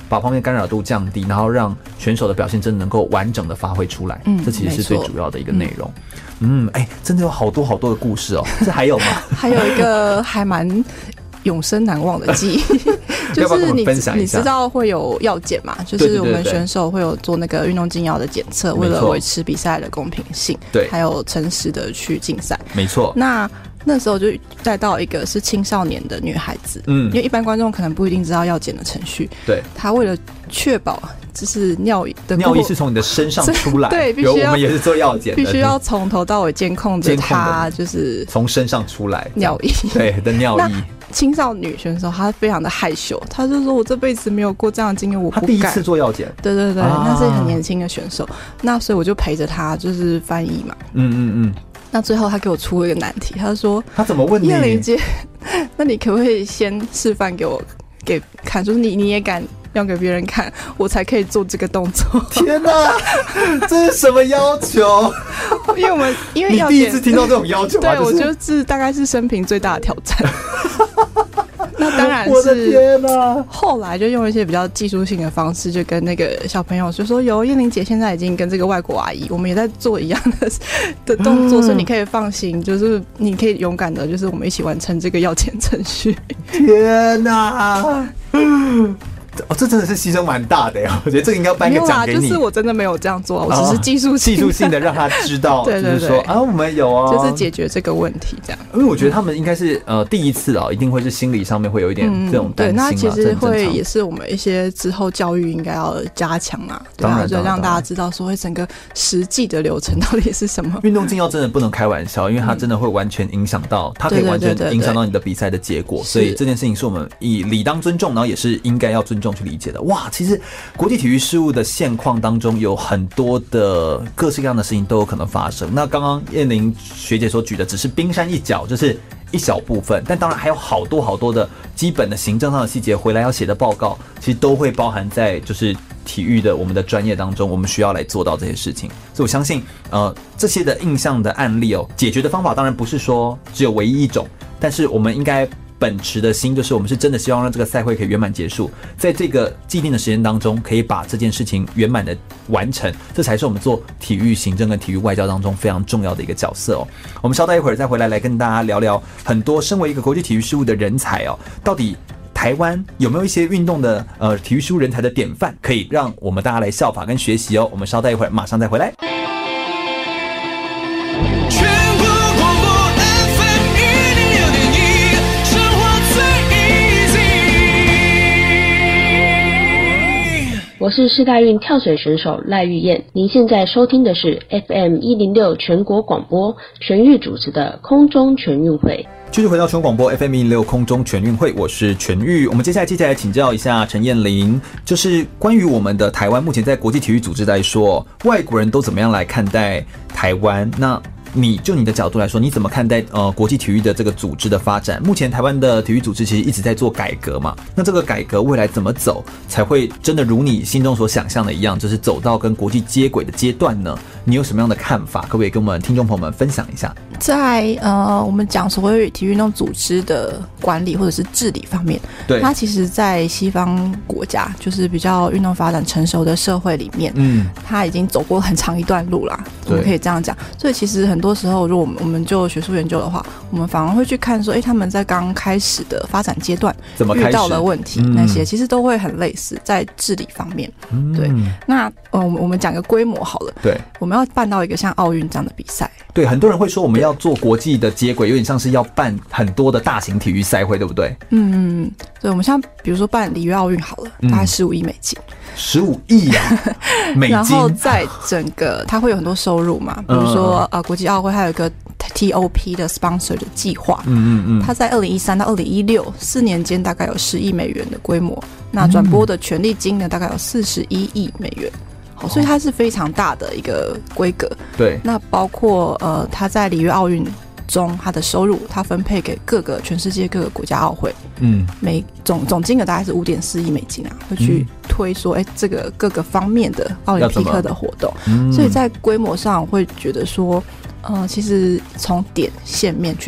把旁边干扰度降低，然后让选手的表现真的能够完整的发挥出来。这其实是最主要的一个内容。真的有好多好多的故事哦。这还有吗？ 还有一个还蛮永生难忘的记忆，就是你知道会有药检嘛？就是我们选手会有做那个运动禁药的检测，为了维持比赛的公平性，对，还有诚实的去竞赛。 没错。 那时候就带到一个是青少年的女孩子，因为一般观众可能不一定知道药检的程序，对，她为了确保就是尿液是从你的身上出来， 对，必须要我们也是做药检的， 必须要从头到尾监控着她，就是从身上出来尿液， 对的尿液。 青少女选手她非常的害羞，她就说我这辈子没有过这样的经验，我不敢。 她第一次做药检， 对，那是很年轻的选手，那所以我就陪着她，就是翻译嘛，那最后他给我出了一个难题，他说：“ 他怎么问你？” 燕玲姐，那你可不可以先示范给我看，就是你也敢要给别人看，我才可以做这个动作。 天哪，这是什么要求？ 因为你第一次听到这种要求， 对，我觉得这大概是生平最大的挑战。那当然是， 我的天哪！ 后来就用一些比较技术性的方式，就跟那个小朋友就说：“燕玲姐现在已经跟这个外国阿姨，我们也在做一样的动作，所以你可以放心，就是你可以勇敢的，就是我们一起完成这个药检程序。” 天哪！这真的是牺牲蛮大的呀！我觉得这个应该颁个奖给你。 就是我真的没有这样做，我只是技术性的让他知道， 对， 就是说我们有就是解决这个问题这样。 因为我觉得他们应该是第一次一定会是心理上面会有一点这种担心。 对，那其实会也是我们一些之后教育应该要加强啊，对啊，就让大家知道说整个实际的流程到底是什么。 运动禁药真的不能开玩笑，因为它真的会完全影响到，它可以完全影响到你的比赛的结果。所以这件事情是我们以理当尊重，然后也是应该要尊重去理解的。哇，其实国际体育事务的现况当中有很多的各式各样的事情都有可能发生。那刚刚燕玲学姐所举的只是冰山一角，就是一小部分，但当然还有好多好多的基本的行政上的细节，回来要写的报告，其实都会包含在就是体育的我们的专业当中，我们需要来做到这些事情。所以我相信这些的印象的案例解决的方法当然不是说只有唯一一种，但是我们应该秉持的心就是我们是真的希望让这个赛会可以圆满结束，在这个既定的时间当中可以把这件事情圆满的完成，这才是我们做体育行政跟体育外交当中非常重要的一个角色哦。我们稍待一会儿再回来跟大家聊聊很多身为一个国际体育事务的人才到底台湾有没有一些运动的体育事务人才的典范，可以让我们大家来效法跟学习哦。我们稍待一会儿，马上再回来。 我是世大运跳水选手赖玉燕，您现在收听的是 FM106 全国广播全域主持的空中全运会。 继续回到全国广播 FM106 空中全运会，我是全玉。我们接下来请教一下陈燕玲，就是关于我们的台湾目前在国际体育组织来说，外国人都怎么样来看待台湾？那你的角度来说，你怎么看待国际体育的这个组织的发展？目前台湾的体育组织其实一直在做改革嘛，那这个改革未来怎么走才会真的如你心中所想象的一样，就是走到跟国际接轨的阶段呢？你有什么样的看法？可不可以跟我们听众朋友们分享一下？ 在我们讲所谓体育运动组织的管理或者是治理方面，对，它其实在西方国家就是比较运动发展成熟的社会里面，它已经走过很长一段路啦，我们可以这样讲。所以其实很多时候，如果我们就学术研究的话，我们反而会去看说，他们在刚开始的发展阶段怎么遇到的问题，那些其实都会很类似，在治理方面。对，那我们讲个规模好了，对，我们要办到一个像奥运这样的比赛， 对，很多人会说我们要做国际的接轨，有点像是要办很多的大型体育赛会，对不对？ 对，我们像比如说办里约奥运好了，大概15亿美金。 15亿啊，美金。 然后在整个它会有很多收入嘛，比如说国际奥会还有一个 TOP 的 sponsor 的计划，它在2013到2016 4年间大概有10亿美元的规模，那转播的权利金呢大概有41亿美元。好，所以它是非常大的一个规格。对，那包括它在里约奥运中，它的收入它分配给全世界各个国家奥会，总金额大概是5.4亿美金啊，会去推说这个各个方面的奥林匹克的活动，所以在规模上会觉得说其实从点线面去推，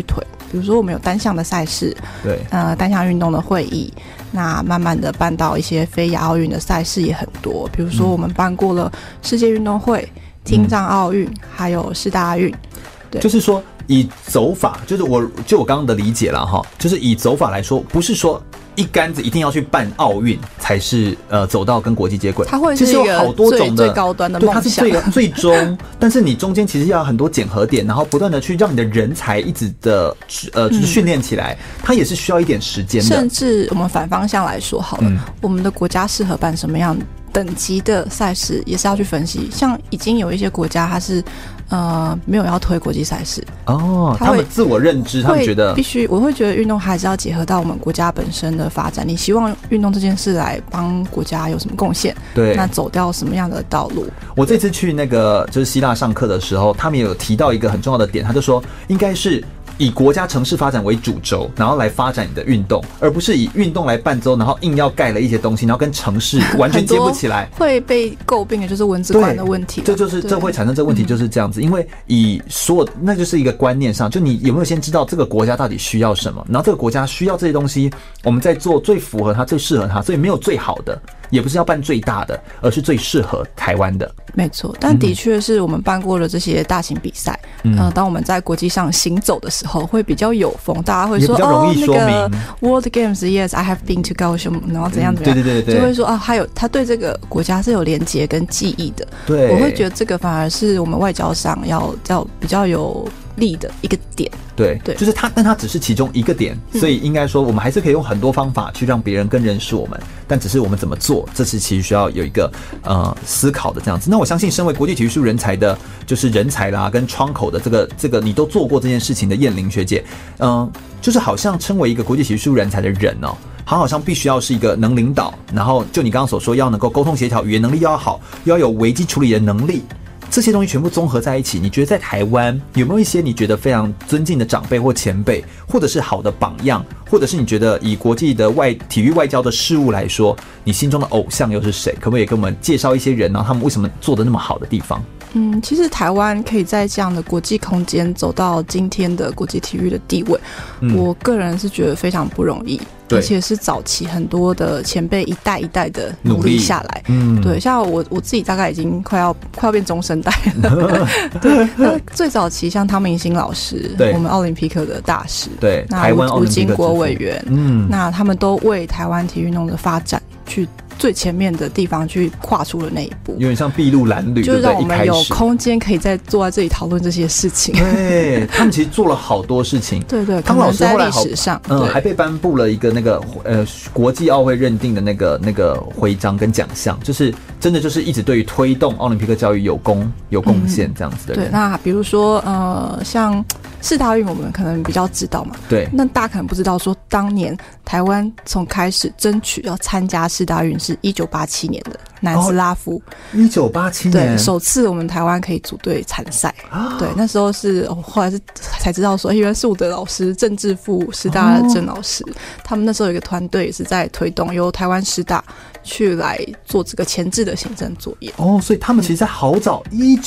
比如说我们有单项的赛事， 对， 单项运动的会议，那慢慢的办到一些非亚奥运的赛事也很多，比如说我们办过了世界运动会、听障奥运，还有世大运。对， 就是说以走法，就是我刚刚的理解啦哈，就是以走法来说，不是说一竿子一定要去办奥运才是走到跟国际接轨， 它会是一个好多种的最高端的梦想， 对，它是最终，但是你中间其实要有很多检核点，然后不断的去让你的人才一直的就是训练起来，它也是需要一点时间的。 甚至我们反方向来说好了，我们的国家适合办什么样等级的赛事，也是要去分析。像已经有一些国家它是没有要推国际赛事哦，他们自我认知，他们觉得必须，我会觉得运动还是要结合到我们国家本身的发展。你希望运动这件事来帮国家有什么贡献？ 对， 那走掉什么样的道路？ 我这次去那个就是希腊上课的时候，他们也有提到一个很重要的点，他就说应该是以国家城市发展为主轴，然后来发展你的运动，而不是以运动来伴奏，然后硬要盖了一些东西，然后跟城市完全接不起来。 会被诟病的就是文字馆的问题， 这会产生这个问题，就是这样子。因为以所有那就是一个观念上，就你有没有先知道这个国家到底需要什么，然后这个国家需要这些东西，我们在做最符合它、最适合它，所以没有最好的，也不是要办最大的，而是最适合台湾的。没错，但的确是我们办过了这些大型比赛，当我们在国际上行走的时候，会比较有风，大家会说哦， 那个 World Games Yes I have been to 高雄，然后怎样怎样， 对， 就会说啊，他对这个国家是有连结跟记忆的。 对， 我会觉得这个反而是我们外交上要比较有力的一个点。 对，就是它，但它只是其中一个点，所以应该说我们还是可以用很多方法去让别人更认识我们，但只是我们怎么做，这是其实需要有一个思考的这样子。那我相信身为国际体育术人才的，就是人才啦跟窗口的这个你都做过这件事情的燕玲学姐，就是好像称为一个国际体育术人才的人哦，好像必须要是一个能领导，然后就你刚刚所说要能够沟通协调，语言能力要好，要有危机处理的能力。这些东西全部综合在一起，你觉得在台湾有没有一些你觉得非常尊敬的长辈或前辈，或者是好的榜样，或者是你觉得以国际的体育外交的事物来说，你心中的偶像又是谁？可不可以跟我们介绍一些人，然后他们为什么做得那么好的地方？ 其实台湾可以在这样的国际空间走到今天的国际体育的地位，我个人是觉得非常不容易，而且是早期很多的前辈一代一代的努力下来。对，像我自己大概已经快要变中生代了。对，那最早期像汤明星老师，我们奥林匹克的大师， 对， 那台湾吴金国委员，那他们都为台湾体育运动的发展去最前面的地方去跨出了那一步， 有点像筚路蓝缕， 就是让我们有空间可以再坐在这里讨论这些事情。 对，他们其实做了好多事情。 对， 汤老师后来在历史上， 还被颁布了一个那个国际奥会认定的那个徽章跟奖项，就是真的就是一直对于推动奥林匹克教育有贡献这样子的人。 对，那比如说像世大运，我们可能比较知道嘛。 对， 那大家可能不知道说，当年台湾从开始争取要参加世大运是1987年的南斯拉夫。 1987年， 对，首次我们台湾可以组队参赛。对，那时候是后来才知道说，原来是我的老师郑志富师大的郑老师，他们那时候有一个团队也是在推动，由台湾师大去来做这个前置的行政作业。 所以他们其实在好早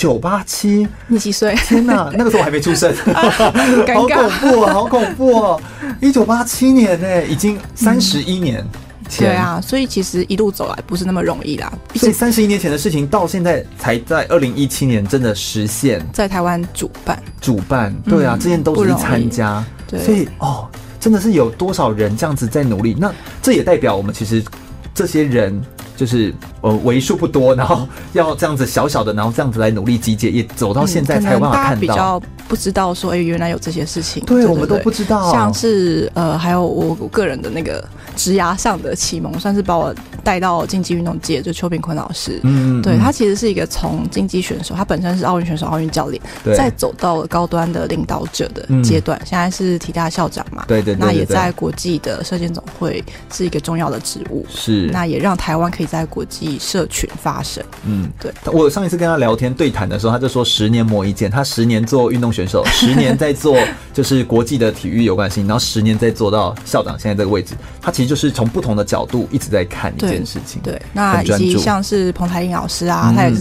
，1987， 你几岁？ 天哪，那个时候我还没出生， 尴尬， 好恐怖哦！1987年呢，已经31年。 对啊，所以其实一路走来不是那么容易啦。 所以31年前的事情，到现在才在2017年真的实现， 在台湾主办， 对啊，之前都是参加，所以真的是有多少人这样子在努力？那这也代表我们其实这些人就是为数不多，然后要这样子小小的，然后这样子来努力集结，也走到现在才有办法看到。大家比较不知道说，原来有这些事情。 对，我们都不知道。 像是还有我个人的那个职涯上的启蒙，算是把我带到竞技运动界，就邱炳坤老师。对，他其实是一个从竞技选手，他本身是奥运选手、奥运教练，再走到了高端的领导者的阶段。现在是体大校长嘛， 对， 那也在国际的射箭总会是一个重要的职务。 是， 那也让台湾可以在国际社群发声。对。 我上一次跟他聊天对谈的时候，他就说10年磨一剑，他10年做运动选手，10年在做就是国际的体育有关系，然后10年在做到校长现在这个位置。他其实就是从不同的角度一直在看一件事情。 对，那以及像是彭台英老师啊，他也是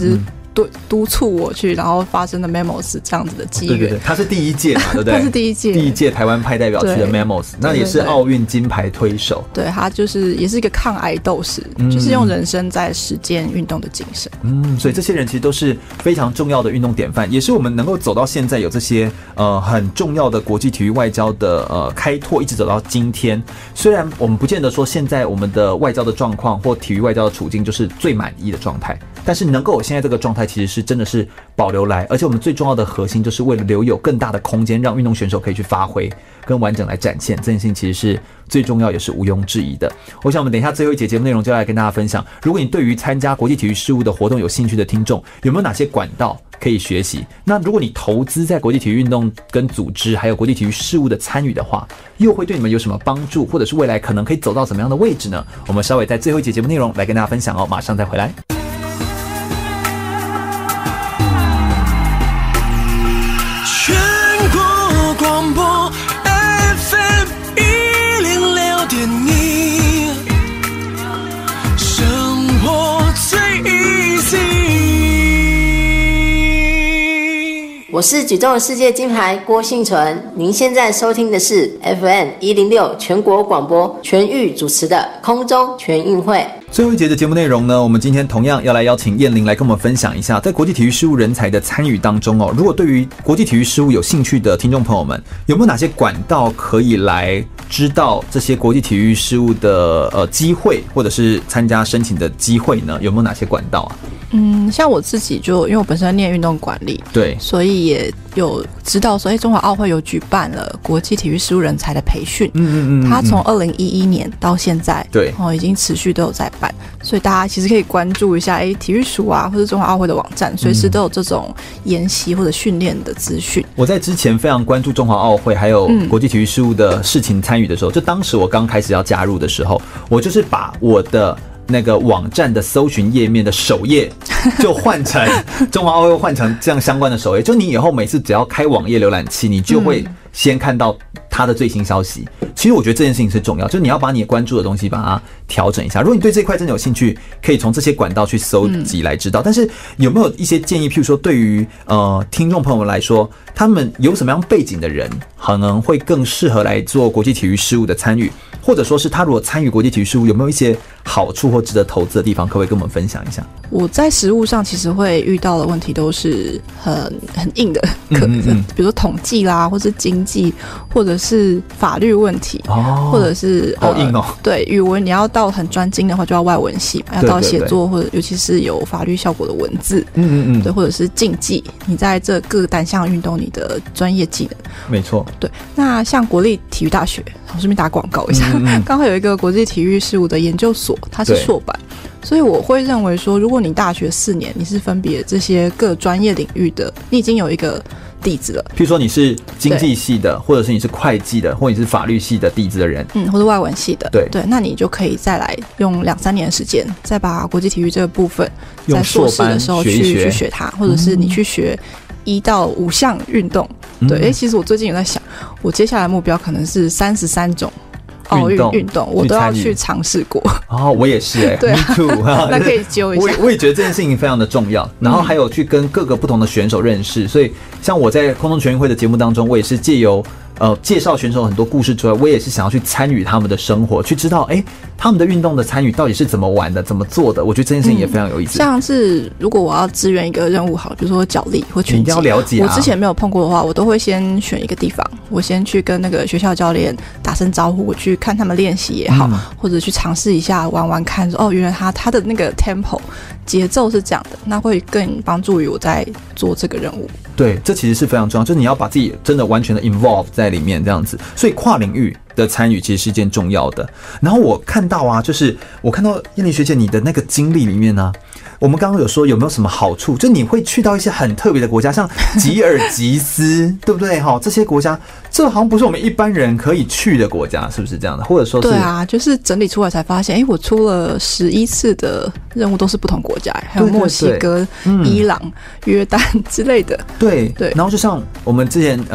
督促我去，然后发生的 MEMOS 这样子的机缘。 对，他是第一届嘛，对不对？ 他是第一届台湾派代表去的 MEMOS， 那也是奥运金牌推手。 对，他就是也是一个抗癌斗士，就是用人生在实践运动的精神。 所以这些人其实都是非常重要的运动典范，也是我们能够走到现在有这些很重要的国际体育外交的开拓，一直走到今天。虽然我们不见得说现在我们的外交的状况或体育外交的处境就是最满意的状态，但是能够有现在这个状态，其实是真的是保留来，而且我们最重要的核心就是为了留有更大的空间，让运动选手可以去发挥跟完整来展现，这件事情其实是最重要也是毋庸置疑的。我想我们等一下最后一节节目内容就要来跟大家分享，如果你对于参加国际体育事务的活动有兴趣的听众，有没有哪些管道可以学习？那如果你投资在国际体育运动跟组织还有国际体育事务的参与的话，又会对你们有什么帮助，或者是未来可能可以走到什么样的位置呢？我们稍微在最后一节节目内容来跟大家分享哦，马上再回来。 全国广播 FM 106.1，生活最 easy。 我是举重世界金牌郭婞淳，您现在收听的是 FM 106全国广播全域主持的空中全运会。 最后一节的节目内容呢，我们今天同样要来邀请燕玲来跟我们分享一下，在国际体育事务人才的参与当中如果对于国际体育事务有兴趣的听众朋友们，有没有哪些管道可以来知道这些国际体育事务的机会，或者是参加申请的机会呢？有没有哪些管道啊？ 像我自己就因为我本身念运动管理， 对，所以也有知道说，中华奥会有举办了国际体育事务人才的培训，他从2011年到现在， 对， 已经持续都有在办，所以大家其实可以关注一下，体育署啊，或者中华奥会的网站，随时都有这种研习或者训练的资讯。 我在之前非常关注中华奥会还有国际体育事务的事情参与的时候，就当时我刚开始要加入的时候，我就是把我的那个网站的搜寻页面的首页就换成中华奥会，换成这样相关的首页，就你以后每次只要开网页浏览器，你就会先看到它的最新消息。其实我觉得这件事情是重要，就是你要把你关注的东西把它调整一下。如果你对这一块真的有兴趣，可以从这些管道去搜集来知道。但是有没有一些建议，譬如说对于听众朋友们来说，他们有什么样背景的人可能会更适合来做国际体育事务的参与，或者说是他如果参与国际体育事务有没有一些好处或值得投资的地方，可不可以跟我们分享一下？ 我在实务上其实会遇到的问题都是很硬的，比如说统计啦，或是经济，或者是法律问题，或者是好硬哦。 对，语文你要到很专精的话，就要外文系嘛，要到写作或者尤其是有法律效果的文字，对，或者是竞技，你在这各单项运动你的专业技能， 没错。 对，那像国立体育大学，我顺便打广告一下，刚好有一个国际体育事务的研究所，它是硕班。所以我会认为说，如果你大学4年你是分别这些各专业领域的，你已经有一个底子了。 譬如说你是经济系的，或者是你是会计的，或者你是法律系的底子的人， 或者外文系的， 对， 那你就可以再来用2-3年的时间，再把国际体育这个部分在硕士的时候去学它，或者是你去学1到5项运动。对，其实我最近有在想，我接下来目标可能是33种奥运运动，我都要去尝试过。 我也是对，Me too 那可以揪一下。 我也觉得这件事情非常的重要，然后还有去跟各个不同的选手认识。所以像我在空中全运会的节目当中，我也是借由介绍选手很多故事之外，我也是想要去参与他们的生活，去知道他们的运动的参与到底是怎么玩的，怎么做的。我觉得这件事情也非常有意思。 像是如果我要支援一个任务，好，比如说角力或拳击， 你一定要了解我之前没有碰过的话，我都会先选一个地方，我先去跟那个学校教练打声招呼，我去看他们练习也好，或者去尝试一下玩玩看，说原来他的那个 tempo 节奏是这样的，那会更帮助于我在做这个任务。 对，这其实是非常重要，就是你要把自己真的完全的 involve 在里面这样子，所以跨领域的参与其实是一件重要的。然后我看到就是我看到燕玲学姐你的那个经历里面呢，我们刚刚有说有没有什么好处，就你会去到一些很特别的国家，像吉尔吉斯对不对？这些国家这好像不是我们一般人可以去的国家，是不是这样的？或者说是对啊，就是整理出来才发现，我出了11次的任务都是不同国家，还有墨西哥、伊朗、约旦之类的。 对，然后就像我们之前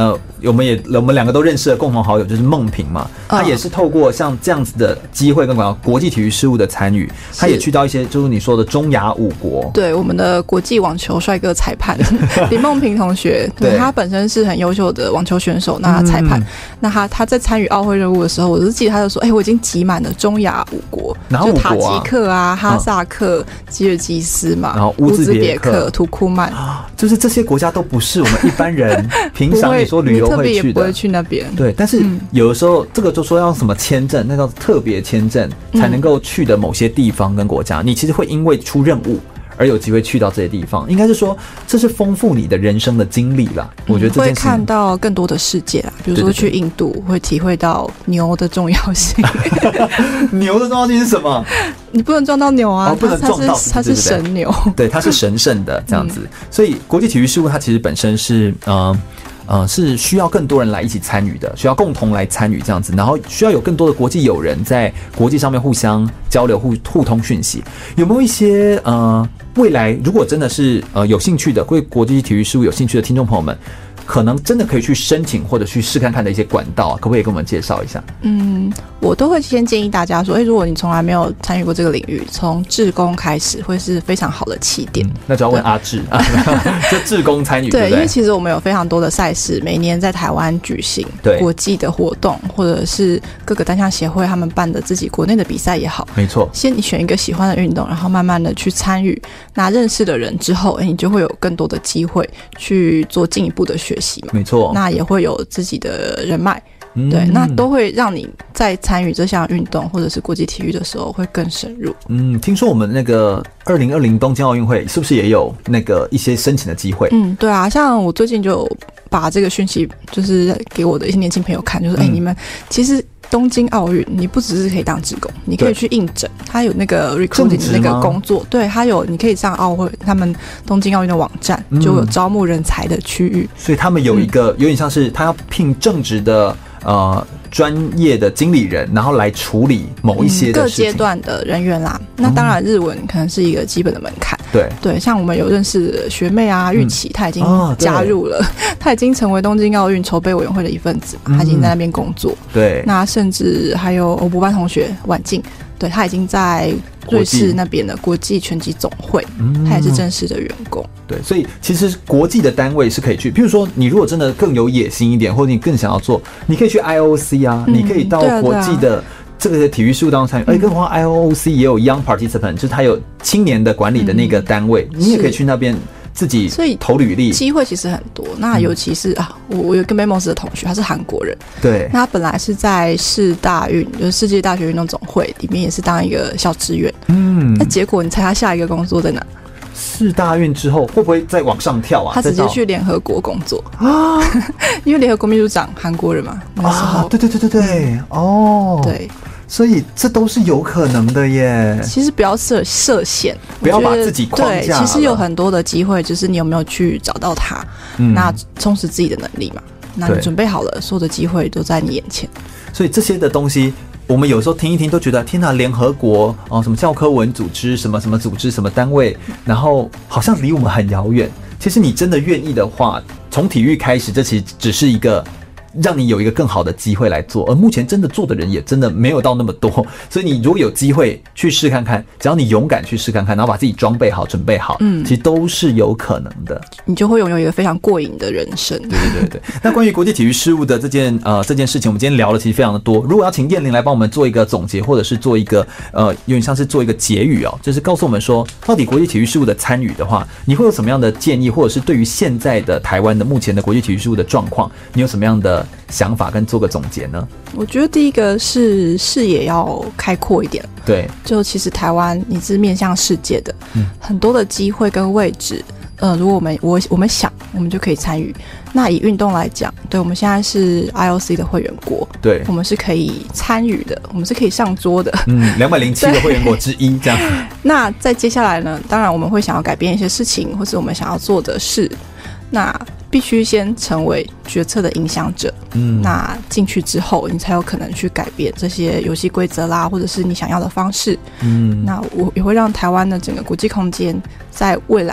我们两个都认识的共同好友就是梦萍嘛，他也是透过像这样子的机会跟国际体育事务的参与，他也去到一些就是你说的中亚5国。 对，我们的国际网球帅哥裁判林梦萍同学，对，他本身是很优秀的网球选手，那裁判，那他在参与奥会任务的时候，我就记得他就说，我已经集满了中亚5国， 哪5国啊？ 就塔吉克啊、哈萨克、吉尔吉斯嘛， 然后乌兹别克、 土库曼， 就是这些国家都不是我们一般人平常你说旅游会去的， 特别也不会去那边。 对，但是有的时候这个就说要什么签证，那叫特别签证才能够去的某些地方跟国家，你其实会因为出任务而有机会去到这些地方，应该是说这是丰富你的人生的经历啦。我觉得这件事会看到更多的世界啦，比如说去印度会体会到牛的重要性。 牛的重要性是什么？ 你不能撞到牛啊， 不能撞到， 它是神牛， 对，它是神圣的这样子。所以国际体育事务它其实本身是是需要更多人来一起参与的，需要共同来参与这样子，然后需要有更多的国际友人在国际上面互相交流、互通讯息。有没有一些未来如果真的是有兴趣的，对国际体育事务有兴趣的听众朋友们，可能真的可以去申请或者去试看看的一些管道可不可以跟我们介绍一下？ 我都会先建议大家说，如果你从来没有参与过这个领域，从志工开始会是非常好的起点。 那就要问阿志啊，就志工参与， 对，因为其实我们有非常多的赛事，每年在台湾举行， 对国际的活动，或者是各个单项协会他们办的自己国内的比赛也好， 没错。 先你选一个喜欢的运动，然后慢慢的去参与，那认识的人之后，你就会有更多的机会去做进一步的学习嘛， 没错。那也会有自己的人脉。对，那都会让你在参与这项运动或者是国际体育的时候会更深入。 听说我们那个2020东京奥运会是不是也有那个一些申请的机会？ 对啊，像我最近就把这个讯息就是给我的一些年轻朋友看，就说你们其实东京奥运你不只是可以当志工，你可以去应征，他有那个 recruiting 的那个工作，对，他有你可以上奥会他们东京奥运的网站，就有招募人才的区域， 所以他们有一个有点像是他要聘正职的专业的经理人，然后来处理某一些的事情， 各阶段的人员啦。那当然日文可能是一个基本的门槛，对，像我们有认识的学妹啊，玉琪，她已经加入了，她已经成为东京奥运筹备委员会的一份子，她已经在那边工作。 对， 那甚至还有我补班同学婉静，对，他已经在瑞士那边的国际拳击总会，他也是正式的员工。 对，所以其实国际的单位是可以去，譬如说你如果真的更有野心一点，或者你更想要做，你可以去 IOC 啊，你可以到国际的这个体育事务当中参与。更何况 IOC 也有 Young Participant， 就是他有青年的管理的那个单位，你也可以去那边自己投履历， 机会其实很多。那尤其是我有个 Memos 的同学，他是韩国人， 对， 那他本来是在世大运，就是世界大学运动总会里面也是当一个小职员，那结果你猜他下一个工作在哪？ 世大运之后会不会再往上跳啊？ 他直接去联合国工作啊，因为联合国秘书长韩国人嘛，那个时候， 对，对。所以这都是有可能的耶。 其实不要设限， 不要把自己框架了。 对，其实有很多的机会，就是你有没有去找到它，那充实自己的能力嘛。那你准备好了，所有的机会都在你眼前。 所以这些的东西，我们有时候听一听都觉得天哪，联合国什么教科文组织，什么什么组织，什么单位，然后好像离我们很遥远。其实你真的愿意的话，从体育开始，这其实只是一个让你有一个更好的机会来做，而目前真的做的人也真的没有到那么多，所以你如果有机会去试看看，只要你勇敢去试看看，然后把自己装备好、准备好，其实都是有可能的， 你就会拥有一个非常过瘾的人生。 对。那关于国际体育事务的这件事情，我们今天聊了其实非常的多。如果要请燕玲来帮我们做一个总结，或者是做一个有点像是做一个结语就是告诉我们说，到底国际体育事务的参与的话，你会有什么样的建议，或者是对于现在的台湾的目前的国际体育事务的状况，你有什么样的想法跟做个总结呢？ 我觉得第一个是视野要开阔一点， 对， 就其实台湾你是面向世界的，很多的机会跟位置，如果我们想，我们就可以参与。那以运动来讲，对，我们现在是 IOC 的会员国， 对， 我们是可以参与的，我们是可以上桌的 ，207个会员国之一这样。 那在接下来呢，当然我们会想要改变一些事情，或是我们想要做的事，那必须先成为决策的影响者，那进去之后，你才有可能去改变这些游戏规则啦，或者是你想要的方式，那我也会让台湾的整个国际空间在未来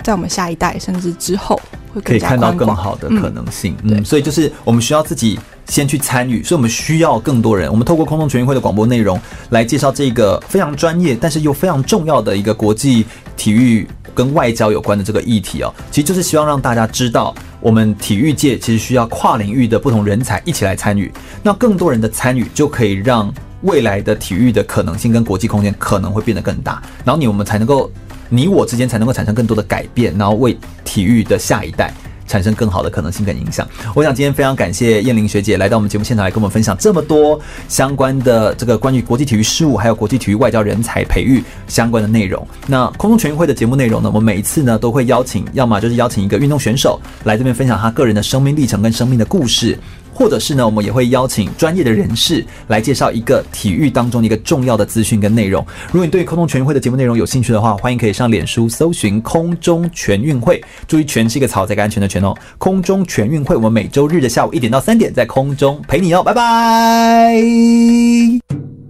在我们下一代甚至之后会可以看到更好的可能性。所以就是我们需要自己先去参与，所以我们需要更多人。我们透过空中全运会的广播内容来介绍这个非常专业但是又非常重要的一个国际体育跟外交有关的这个议题哦，其实就是希望让大家知道，我们体育界其实需要跨领域的不同人才一起来参与。那更多人的参与，就可以让未来的体育的可能性跟国际空间可能会变得更大，然后我们才能够，你我之间才能够产生更多的改变，然后为体育的下一代产生更好的可能性跟影响。我想今天非常感谢燕玲学姐来到我们节目现场来跟我们分享这么多相关的这个关于国际体育事务还有国际体育外交人才培育相关的内容。那空中全运会的节目内容呢，我们每一次呢都会邀请，要么就是邀请一个运动选手来这边分享他个人的生命历程跟生命的故事，或者是呢，我们也会邀请专业的人士来介绍一个体育当中的一个重要的资讯跟内容。如果你对空中全运会的节目内容有兴趣的话，欢迎可以上脸书搜寻空中全运会，注意全是一个草，再个安全的全哦。空中全运会，我们每周日的下午1点到3点在空中陪你哦，拜拜。